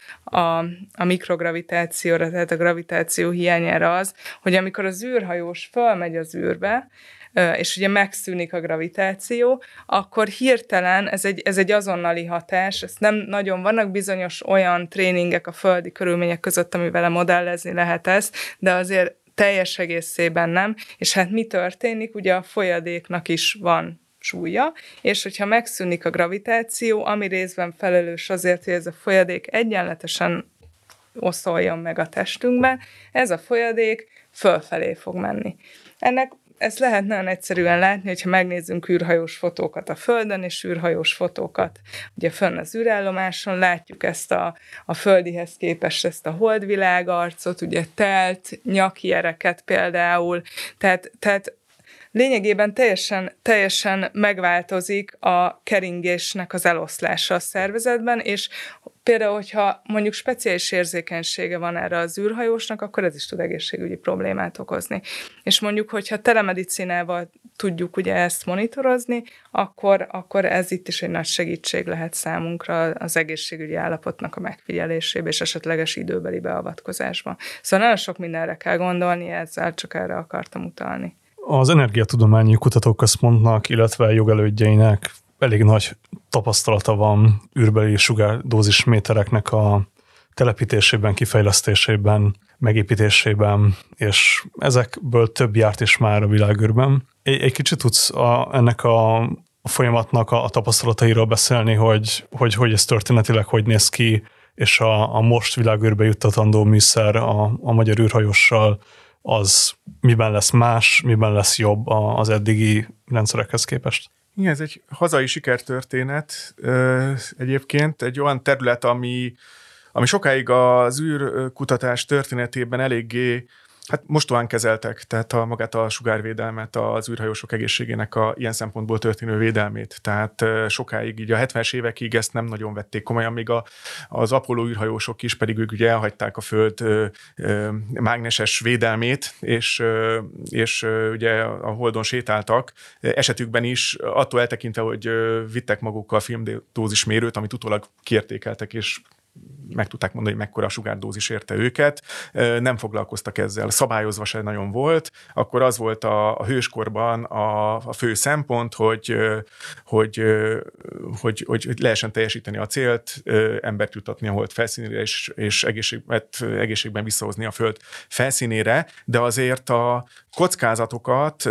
a mikrogravitációra, tehát a gravitáció hiányára az, hogy amikor az űrhajós fölmegy az űrbe, és ugye megszűnik a gravitáció, akkor hirtelen ez egy azonnali hatás, ez nem nagyon vannak bizonyos olyan tréningek a földi körülmények között, amivel modellezni lehet ezt, de azért teljes egészében nem, és hát mi történik? Ugye a folyadéknak is van súlya, és hogyha megszűnik a gravitáció, ami részben felelős azért, hogy ez a folyadék egyenletesen oszoljon meg a testünkben, ez a folyadék fölfelé fog menni. Ezt lehet nagyon egyszerűen látni, hogyha megnézzünk űrhajós fotókat a Földön, és űrhajós fotókat ugye fönn az űrállomáson, látjuk ezt a földihez képest ezt a holdvilág arcot, ugye telt, nyakjereket például, tehát lényegében teljesen megváltozik a keringésnek az eloszlása a szervezetben, és például, hogyha mondjuk speciális érzékenysége van erre az űrhajósnak, akkor ez is tud egészségügyi problémát okozni. És mondjuk, hogyha telemedicinával tudjuk ugye ezt monitorozni, akkor ez itt is egy nagy segítség lehet számunkra az egészségügyi állapotnak a megfigyelésébe és esetleges időbeli beavatkozásban. Szóval nagyon sok mindenre kell gondolni, ezzel csak erre akartam utalni. Az Energiatudományi Kutatóközpontnak, illetve jogelődjeinek elég nagy tapasztalata van űrbeli sugárdózis métereknek a telepítésében, kifejlesztésében, megépítésében, és ezekből több járt is már a világűrben. Egy kicsit tudsz ennek a folyamatnak a tapasztalatairól beszélni, hogy ez történetileg hogy néz ki, és a most világűrbe juttatandó műszer a magyar űrhajóssal az miben lesz más, miben lesz jobb az eddigi rendszerekhez képest? Igen, ez egy hazai sikertörténet egyébként, egy olyan terület, ami sokáig az űrkutatás történetében eléggé mostován kezeltek, tehát magát a sugárvédelmet, az űrhajósok egészségének ilyen szempontból történő védelmét. Tehát sokáig, így a 70-es évekig ezt nem nagyon vették komolyan, még az Apollo űrhajósok is, pedig ők ugye elhagyták a Föld mágneses védelmét, és ugye a Holdon sétáltak. Esetükben is attól eltekintve, hogy vittek magukkal filmdózismérőt, amit utólag kiértékeltek, és meg tudták mondani, hogy mekkora sugárdózis érte őket, nem foglalkoztak ezzel, szabályozva se nagyon volt, akkor az volt a hőskorban a fő szempont, hogy lehessen teljesíteni a célt, embert juttatni a Hold felszínére, és egészségben visszahozni a Föld felszínére, de azért a kockázatokat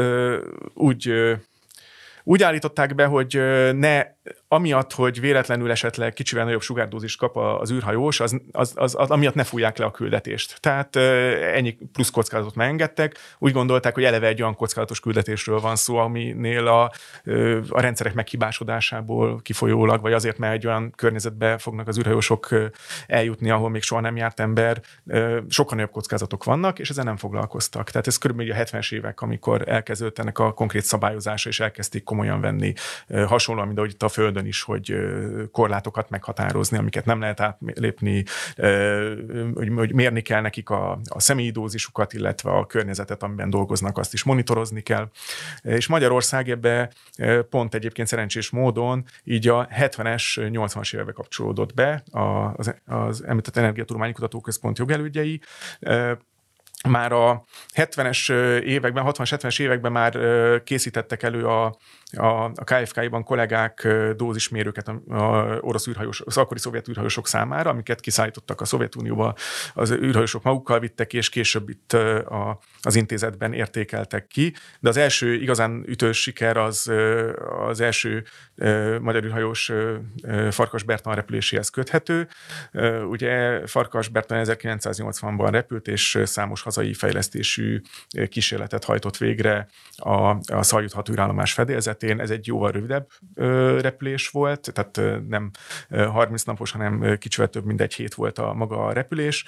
úgy állították be, hogy ne amiatt, hogy véletlenül esetleg kicsivel nagyobb sugárdózist kap az űrhajós, az amiatt ne fújják le a küldetést. Tehát ennyi plusz kockázatot megengedtek. Úgy gondolták, hogy eleve egy olyan kockázatos küldetésről van szó, aminél a rendszerek meghibásodásából kifolyólag, vagy azért, mert egy olyan környezetbe fognak az űrhajósok eljutni, ahol még soha nem járt ember, sokkal nagyobb kockázatok vannak, és ezzel nem foglalkoztak. Tehát ez körülbelül a 70-es évek, amikor elkezdődött ennek a konkrét szabályozása, és elkezdték komolyan venni. Hasonlóan, mint ahogy itt a Földön is, hogy korlátokat meghatározni, amiket nem lehet átlépni, hogy mérni kell nekik a személyi dózisukat, illetve a környezetet, amiben dolgoznak, azt is monitorozni kell. És Magyarország ebbe pont egyébként szerencsés módon így a 70-es, 80-as évekbe kapcsolódott be az említett Energiatudományi Kutatóközpont jogelődjei. Már a 70-es években, 60-70-es években már készítettek elő a KFK-ban kollégák dózismérőket az akkori szovjet űrhajósok számára, amiket kiszállítottak a Szovjetunióba, az űrhajósok magukkal vittek, és később itt az intézetben értékeltek ki. De az első igazán ütős siker az első magyar űrhajós Farkas Bertalan repüléséhez köthető. Ugye Farkas Bertalan 1980-ban repült, és számos hazai fejlesztésű kísérletet hajtott végre a Szaljut 6 űrállomás fedélzetén. Ez egy jóval rövidebb repülés volt, tehát nem 30 napos, hanem kicsivel több mint egy hét volt a maga a repülés,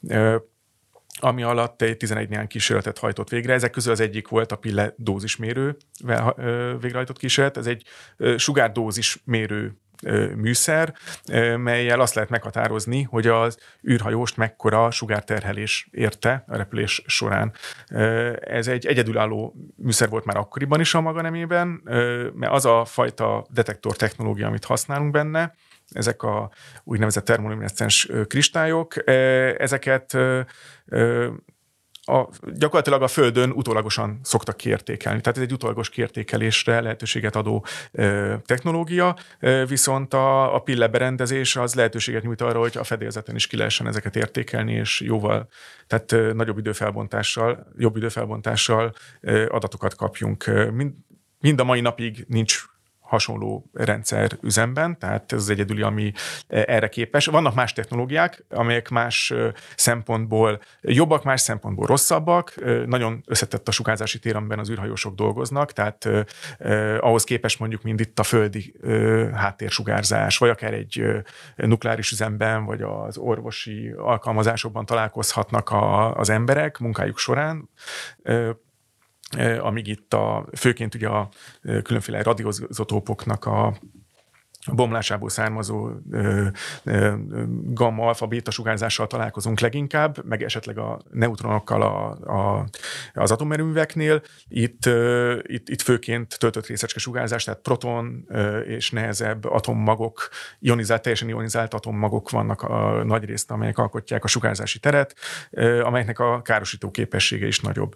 ami alatt egy 11 néhány kísérletet hajtott végre. Ezek közül az egyik volt a Pille dózismérővel végrehajtott kísérlet. Ez egy sugárdózismérő műszer, mellyel azt lehet meghatározni, hogy az űrhajóst mekkora sugárterhelés érte a repülés során. Ez egy egyedülálló műszer volt már akkoriban is a maga nemében, mert az a fajta detektor technológia, amit használunk benne, ezek a úgynevezett termolumineszcens kristályok, ezeket gyakorlatilag a Földön utólagosan szoktak kiértékelni. Tehát ez egy utólagos kiértékelésre lehetőséget adó technológia, viszont a pille berendezés az lehetőséget nyújt arra, hogy a fedélzeten is ki lehessen ezeket értékelni, és jóval, tehát jobb időfelbontással adatokat kapjunk. Mind a mai napig nincs hasonló rendszer üzemben, tehát ez az egyedüli, ami erre képes. Vannak más technológiák, amelyek más szempontból jobbak, más szempontból rosszabbak. Nagyon összetett a sugárzási tér, amiben az űrhajósok dolgoznak, tehát ahhoz képest mondjuk, mint itt a földi háttérsugárzás, vagy akár egy nukleáris üzemben, vagy az orvosi alkalmazásokban találkozhatnak az emberek munkájuk során, amíg itt főként ugye a különféle radioizotópoknak a bomlásából származó gamma, alfa, béta sugárzással találkozunk leginkább, meg esetleg a neutronokkal az atomerőműveknél. Itt főként töltött részecske sugárzás, tehát proton és nehezebb atommagok, teljesen ionizált atommagok vannak a nagy részt, amelyek alkotják a sugárzási teret, amelyeknek a károsító képessége is nagyobb.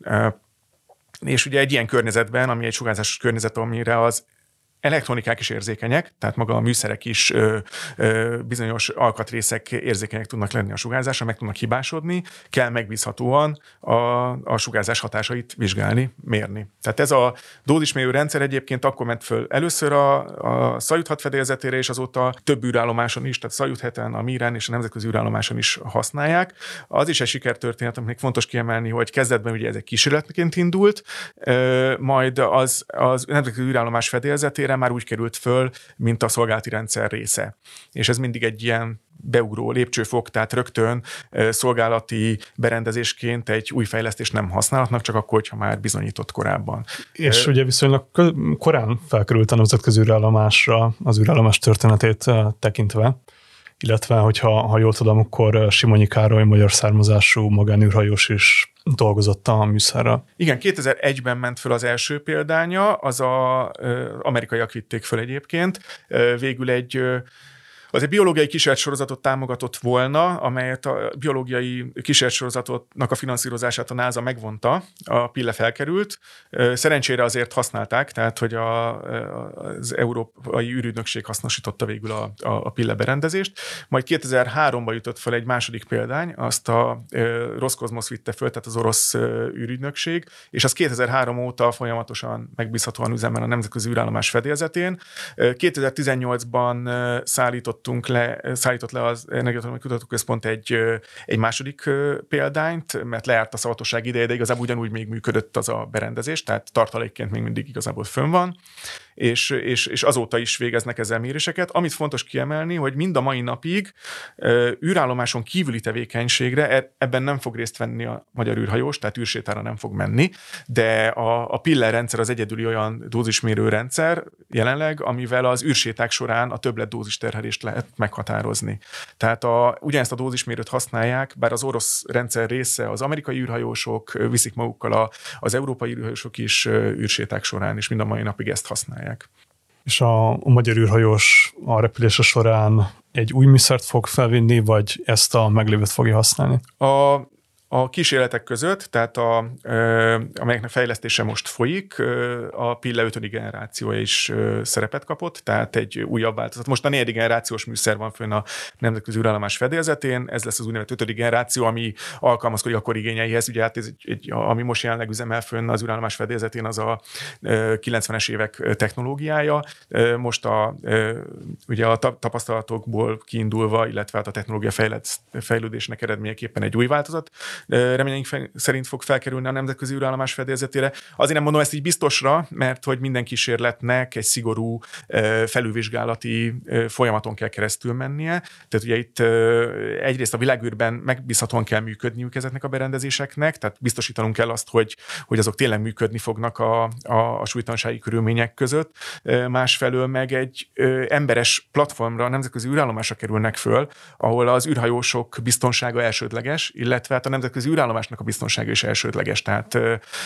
És ugye egy ilyen környezetben, ami egy sugárzásos környezet, amire az elektronikák is érzékenyek, tehát maga a műszerek is bizonyos alkatrészek érzékenyek tudnak lenni a sugárzásra, meg tudnak hibásodni, kell megbízhatóan a sugárzás hatásait vizsgálni, mérni. Tehát ez a dózismérő rendszer egyébként akkor ment föl először a Szajut 6 fedélzetére, és azóta több űrállomáson is, tehát Szajut 7-en, a Miren és a nemzetközi űrállomáson is használják. Az is egy sikertörténet, aminek fontos kiemelni, hogy kezdetben ugye ez egy kísérletként indult, majd az nemzetközi űrállomás fedélzetére már úgy került föl, mint a szolgálati rendszer része. És ez mindig egy ilyen beugró lépcsőfok, tehát rögtön szolgálati berendezésként egy új fejlesztést nem használhatnak, csak akkor, hogyha már bizonyított korábban. És ugye viszonylag korán felkerült a nemzetközi űrállomásra az űrállomás történetét tekintve, illetve, ha jól tudom, akkor Simonyi Károly magyar származású magánűrhajós is dolgozott a műszerrel. Igen, 2001-ben ment föl az első példánya, az amerikaiak vitték föl egyébként. Végül az egy biológiai kísérletsorozatot támogatott volna, amelyet a biológiai kísérletsorozatnak a finanszírozását a NASA megvonta, a pille felkerült. Szerencsére azért használták, tehát hogy az Európai űrügynökség hasznosította végül a pille berendezést. Majd 2003-ban jutott fel egy második példány, azt a Roszkozmosz vitte föl, tehát az orosz űrügynökség, és az 2003 óta folyamatosan megbízhatóan üzemel a nemzetközi űrállomás fedélzetén. 2018-ban szállított le az Energiatanulmányi Kutatóközpont egy második példányt, mert lejárt a szavatosság ideje, de igazából ugyanúgy még működött az a berendezés, tehát tartalékként még mindig igazából fönn van, és azóta is végeznek ezzel méréseket. Amit fontos kiemelni, hogy mind a mai napig űrállomáson kívüli tevékenységre ebben nem fog részt venni a magyar űrhajós, tehát űrsétára nem fog menni, de a Piller rendszer az egyedüli olyan dózismérő rendszer jelenleg, amivel az űrséták során a többlet dózisterhelést lehet meghatározni. Tehát ugyanezt a dózismérőt használják, bár az orosz rendszer része az amerikai űrhajósok viszik magukkal, az európai űrhajósok is űrséták során, és mind a mai napig ezt használják. És a magyar űrhajós a repülése során egy új műszert fog felvinni, vagy ezt a meglévőt fogja használni? A kísérletek között, tehát amelyeknek fejlesztése most folyik, a Pille 5. generációja is szerepet kapott, tehát egy újabb változat. Most a 4. generációs műszer van fönn a nemzetközi űrállomás fedélzetén, ez lesz az úgynevezett 5. generáció, ami alkalmazkodik a kor igényeihez. Ugye hát ez ami most jelenleg üzemel fönn az űrállomás fedélzetén, az a 90-es évek technológiája. Most ugye a tapasztalatokból kiindulva, illetve a technológia fejlődésnek eredményeképpen egy új változat reményeink szerint fog felkerülni a nemzetközi űrállomás fedélzetére. Azért nem mondom ezt így biztosra, mert hogy minden kísérletnek egy szigorú felülvizsgálati folyamaton kell keresztül mennie. Tehát ugye itt egyrészt a világűrben megbízhatóan kell működniük ezeknek a berendezéseknek, tehát biztosítanunk kell azt, hogy azok tényleg működni fognak a súlytalansági körülmények között. Másfelől meg egy emberes platformra, a nemzetközi űrállomásra kerülnek föl, ahol az űrhajósok biztonsága elsődleges, illetve hát a nemzetközi űrállomásnak a biztonsága is elsődleges. Tehát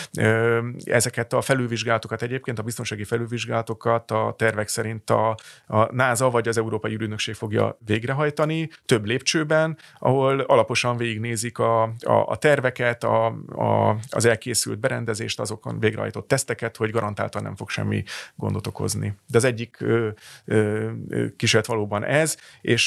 ezeket a felülvizsgálatokat egyébként, a biztonsági felülvizsgálatokat a tervek szerint a NASA vagy az Európai űrügynökség fogja végrehajtani több lépcsőben, ahol alaposan végignézik a terveket, az elkészült berendezést, azokon végrehajtott teszteket, hogy garantáltan nem fog semmi gondot okozni. De az egyik kísérlet valóban ez, és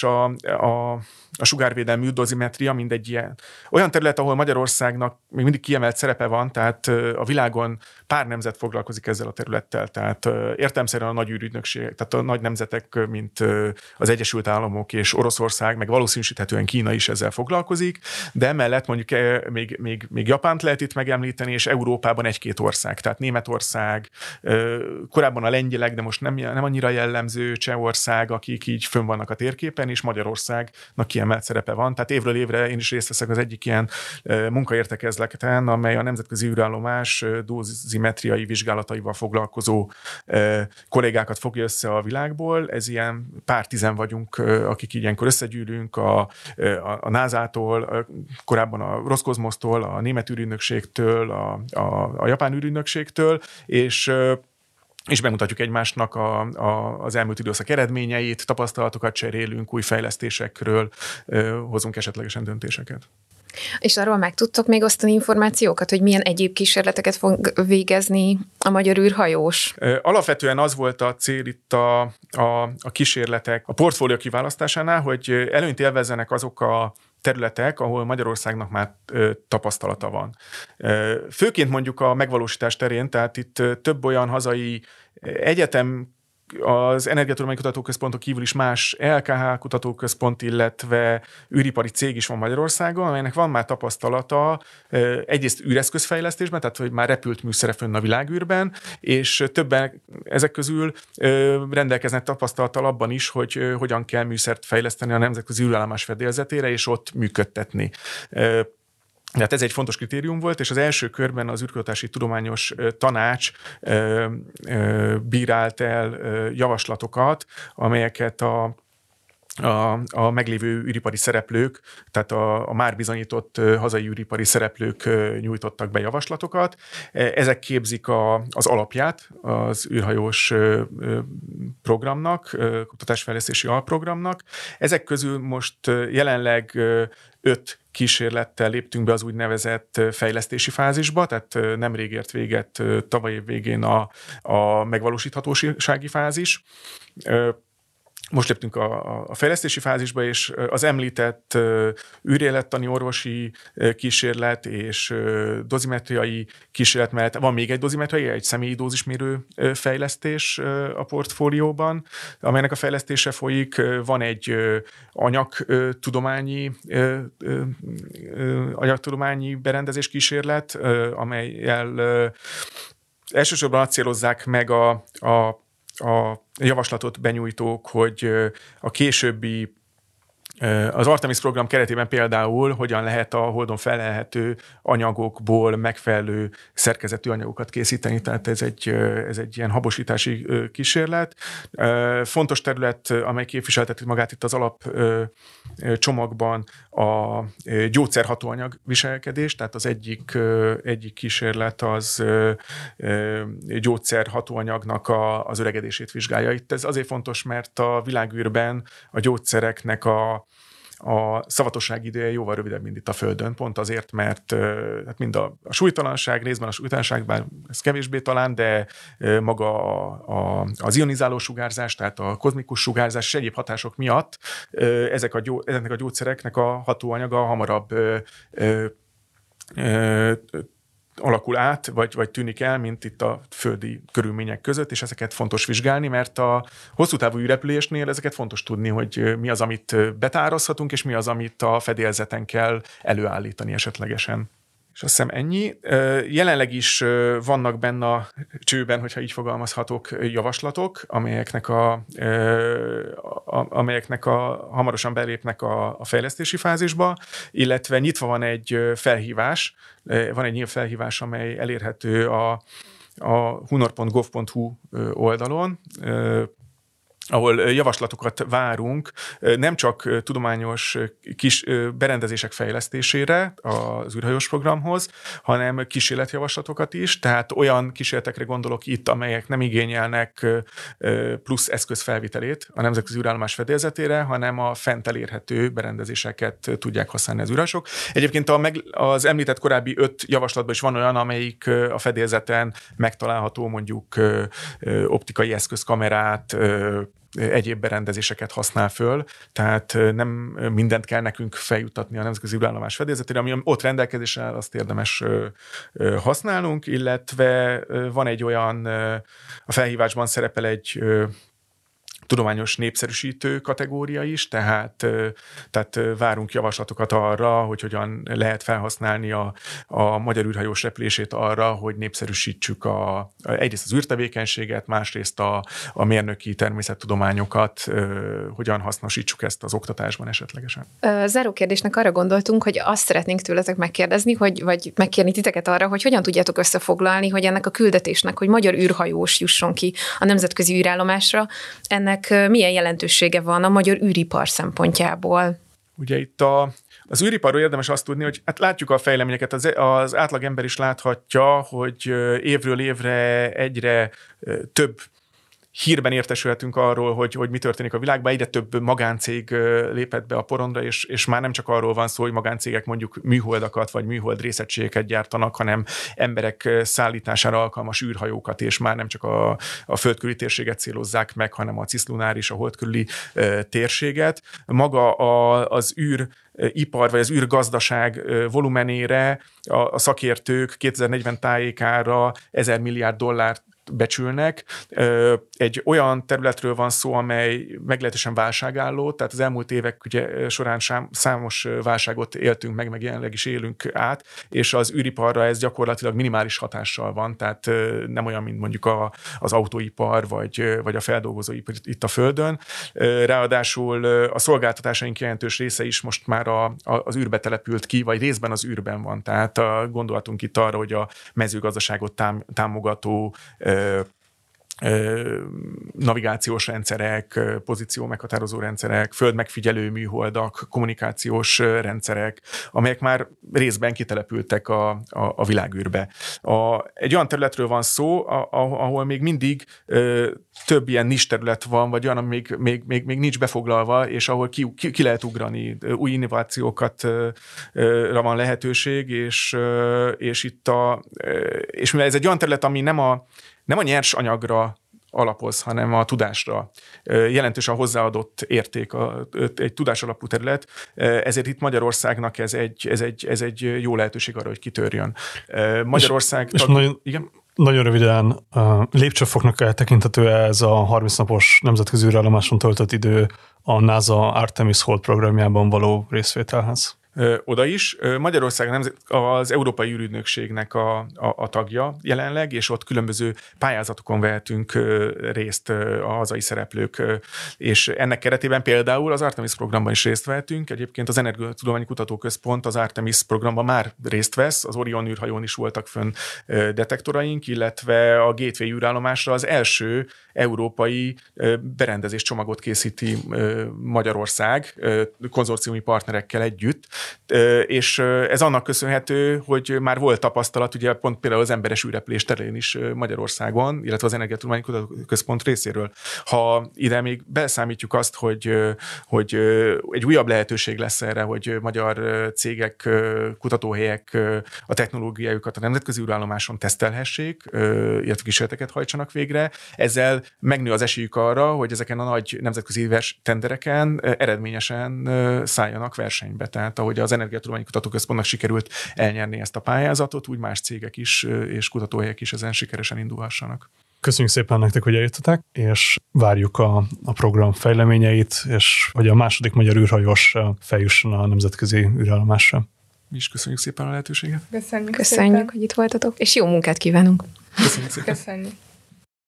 a sugárvédelmi űrdozimetria mindegy ilyen. Olyan terület, ahol Magyarországnak még mindig kiemelt szerepe van, tehát a világon pár nemzet foglalkozik ezzel a területtel, tehát értelemszerűen a nagy űrügynökség, tehát a nagy nemzetek, mint az Egyesült Államok és Oroszország, meg valószínűsíthetően Kína is ezzel foglalkozik, de emellett mondjuk még Japánt lehet itt megemlíteni, és Európában egy-két ország, tehát Németország, korábban a lengyelek, de most nem annyira jellemző, Csehország, akik így fönn vannak a térképen, és Magyarországnak kiemelt szerepe van. Tehát évről évre én is részt veszek az egyik ilyen munkaértekezleten, amely a nemzetközi űrállomás dozimetriai vizsgálataival foglalkozó kollégákat fogja össze a világból. Ez ilyen pár tizen vagyunk, akik ilyenkor összegyűlünk a NASA-tól, korábban a Roszkozmosztól, a német űrügynökségtől, a japán űrügynökségtől, és bemutatjuk egymásnak az elmúlt időszak eredményeit, tapasztalatokat cserélünk, új fejlesztésekről hozunk esetlegesen döntéseket. És arról meg tudtok még osztani információkat, hogy milyen egyéb kísérleteket fog végezni a magyar űrhajós? Alapvetően az volt a cél itt a kísérletek a portfólió kiválasztásánál, hogy előnyt élvezzenek azok a területek, ahol Magyarországnak már tapasztalata van. Főként mondjuk a megvalósítás terén, tehát itt több olyan hazai egyetem, az Energiatudományi Kutatóközpontok kívül is más LKH kutatóközpont, illetve űripari cég is van Magyarországon, amelynek van már tapasztalata egyrészt űreszközfejlesztésben, tehát hogy már repült műszere fönn a világűrben, és többen ezek közül rendelkeznek tapasztalattal abban is, hogy hogyan kell műszert fejleszteni a nemzetközi űrállomás fedélzetére, és ott működtetni. Tehát ez egy fontos kritérium volt, és az első körben az űrkutatási tudományos tanács bírált el javaslatokat, amelyeket a meglévő űripari szereplők, tehát a már bizonyított hazai űripari szereplők nyújtottak be javaslatokat. Ezek képzik az alapját az űrhajós programnak, kutatásfejlesztési alprogramnak. Ezek közül most jelenleg 5 kísérlettel léptünk be az úgynevezett fejlesztési fázisba, tehát nemrég ért véget tavaly év végén a megvalósíthatósági fázis. Most léptünk a fejlesztési fázisba, és az említett űrélettani orvosi kísérlet és dozimetriai kísérlet mellett van még egy dozimetriai, egy személyi dózismérő fejlesztés a amelynek a fejlesztése folyik. Van egy anyagtudományi berendezés kísérlet, amelyel elsősorban azt célozzák meg a javaslatot benyújtók, hogy a későbbi az Artemis program keretében például hogyan lehet a Holdon felelhető anyagokból megfelelő szerkezetű anyagokat készíteni, tehát ez egy ilyen habosítási kísérlet. Fontos terület, amely képviselteti magát itt az alapcsomagban a gyógyszerhatóanyag viselkedés, tehát az egyik kísérlet az gyógyszerhatóanyagnak az öregedését vizsgálja. Itt ez azért fontos, mert a világűrben a gyógyszereknek a szavatossági ideje jóval rövidebb, mint itt a Földön, pont azért, mert hát mind a súlytalanság, részben a súlytalanság, bár ez kevésbé talán, de maga az ionizáló sugárzás, tehát a kozmikus sugárzás és egyéb hatások miatt ezeknek a gyógyszereknek a hatóanyaga hamarabb alakul át, vagy tűnik el, mint itt a földi körülmények között, és ezeket fontos vizsgálni, mert a hosszú távú űrrepülésnél ezeket fontos tudni, hogy mi az, amit betározhatunk, és mi az, amit a fedélzeten kell előállítani esetlegesen. És azt hiszem ennyi. Jelenleg is vannak benne a csőben, hogyha így fogalmazhatok, javaslatok, amelyeknek hamarosan belépnek a fejlesztési fázisba, illetve nyitva van egy felhívás, nyílt felhívás, amely elérhető a hunor.gov.hu oldalon, ahol javaslatokat várunk, nem csak tudományos kis berendezések fejlesztésére az űrhajós programhoz, hanem kísérletjavaslatokat is, tehát olyan kísérletekre gondolok itt, amelyek nem igényelnek plusz eszközfelvitelét a nemzetközi űrállomás fedélzetére, hanem a fent elérhető berendezéseket tudják használni az űrhajósok. Egyébként az említett korábbi 5 javaslatban is van olyan, amelyik a fedélzeten megtalálható, mondjuk optikai eszközkamerát, egyéb berendezéseket használ föl, tehát nem mindent kell nekünk feljuttatni a nemzetközi űrállomás fedélzetére, ami ott rendelkezésre áll, azt érdemes használnunk, illetve van egy olyan, a felhívásban szerepel egy tudományos népszerűsítő kategória is, tehát várunk javaslatokat arra, hogy hogyan lehet felhasználni a magyar űrhajós repülését arra, hogy népszerűsítsük egyrészt az űrtevékenységet, másrészt a mérnöki természettudományokat, hogyan hasznosítsuk ezt az oktatásban esetlegesen. Záró kérdésnek arra gondoltunk, hogy azt szeretnénk tőletek megkérdezni, vagy megkérni titeket arra, hogy hogyan tudjátok összefoglalni, hogy ennek a küldetésnek, hogy magyar űrhajós jusson ki a nemzetközi űrállomásra, ennek milyen jelentősége van a magyar űripar szempontjából? Ugye itt az űriparról érdemes azt tudni, hogy hát látjuk a fejleményeket, az átlagember is láthatja, hogy évről évre egyre több hírben értesülhetünk arról, hogy mi történik a világban, egyre több magáncég lépett be a porondra, és már nem csak arról van szó, hogy magáncégek mondjuk műholdakat vagy műhold részegységeket gyártanak, hanem emberek szállítására alkalmas űrhajókat, és már nem csak a földkörüli térséget célozzák meg, hanem a cislunáris, a holdkörüli térséget. Maga az űripar vagy az űrgazdaság volumenére a szakértők 2040 tájékára 1000 milliárd dollárt becsülnek. Egy olyan területről van szó, amely meglehetősen válságálló, tehát az elmúlt évek ugye során számos válságot éltünk meg jelenleg is élünk át, és az űriparra ez gyakorlatilag minimális hatással van, tehát nem olyan, mint mondjuk az autóipar, vagy a feldolgozóipar itt a Földön. Ráadásul a szolgáltatásaink jelentős része is most már az űrbe települt ki, vagy részben az űrben van. Tehát gondolhatunk itt arra, hogy a mezőgazdaságot támogató navigációs rendszerek, pozíció meghatározó rendszerek, földmegfigyelő műholdak, kommunikációs rendszerek, amelyek már részben kitelepültek a világűrbe. Egy olyan területről van szó, ahol még mindig több ilyen nis terület van, vagy olyan, ami még nincs befoglalva, és ahol ki lehet ugrani, új innovációkatra van lehetőség, és mivel ez egy olyan terület, ami nem a nyers anyagra alapoz, hanem a tudásra. Jelentős a hozzáadott érték, egy tudásalapú terület, ezért itt Magyarországnak ez egy jó lehetőség arra, hogy kitörjön. Magyarország... Igen? Nagyon röviden lépcsőfoknak eltekinthető ez a 30 napos nemzetközi űrállomáson töltött idő a NASA Artemis Hold programjában való részvételhez. Oda is. Magyarország az Európai űrügynökségnek a tagja jelenleg, és ott különböző pályázatokon vehetünk részt a hazai szereplők, és ennek keretében például az Artemis programban is részt vehetünk. Egyébként az Energiatudományi Kutatóközpont az Artemis programban már részt vesz, az Orion űrhajón is voltak fönn detektoraink, illetve a Gateway űrállomásra az első európai berendezés csomagot készíti Magyarország konzorciumi partnerekkel együtt, és ez annak köszönhető, hogy már volt tapasztalat, ugye pont például az emberes űrrepülés terén is Magyarországon, illetve az Energiatudományi Kutatóközpont részéről. Ha ide még beszámítjuk azt, hogy egy újabb lehetőség lesz erre, hogy magyar cégek, kutatóhelyek a technológiájukat a nemzetközi űrállomáson tesztelhessék, illetve kísérleteket hajtsanak végre, ezzel megnő az esélyük arra, hogy ezeken a nagy nemzetközi tendereken eredményesen szálljanak versenybe. Tehát ahogy az Energiatudományi Kutatóközpontnak sikerült elnyerni ezt a pályázatot, úgy más cégek is és kutatóhelyek is ezen sikeresen indulhassanak. Köszönjük szépen nektek, hogy eljöttetek, és várjuk a program fejleményeit, és hogy a második magyar űrhajós feljusson a nemzetközi űrállomásra. Mi is köszönjük szépen a lehetőséget. Köszönjük, hogy itt voltatok, és jó munkát kívánunk. Köszönjük szépen. Köszönjük.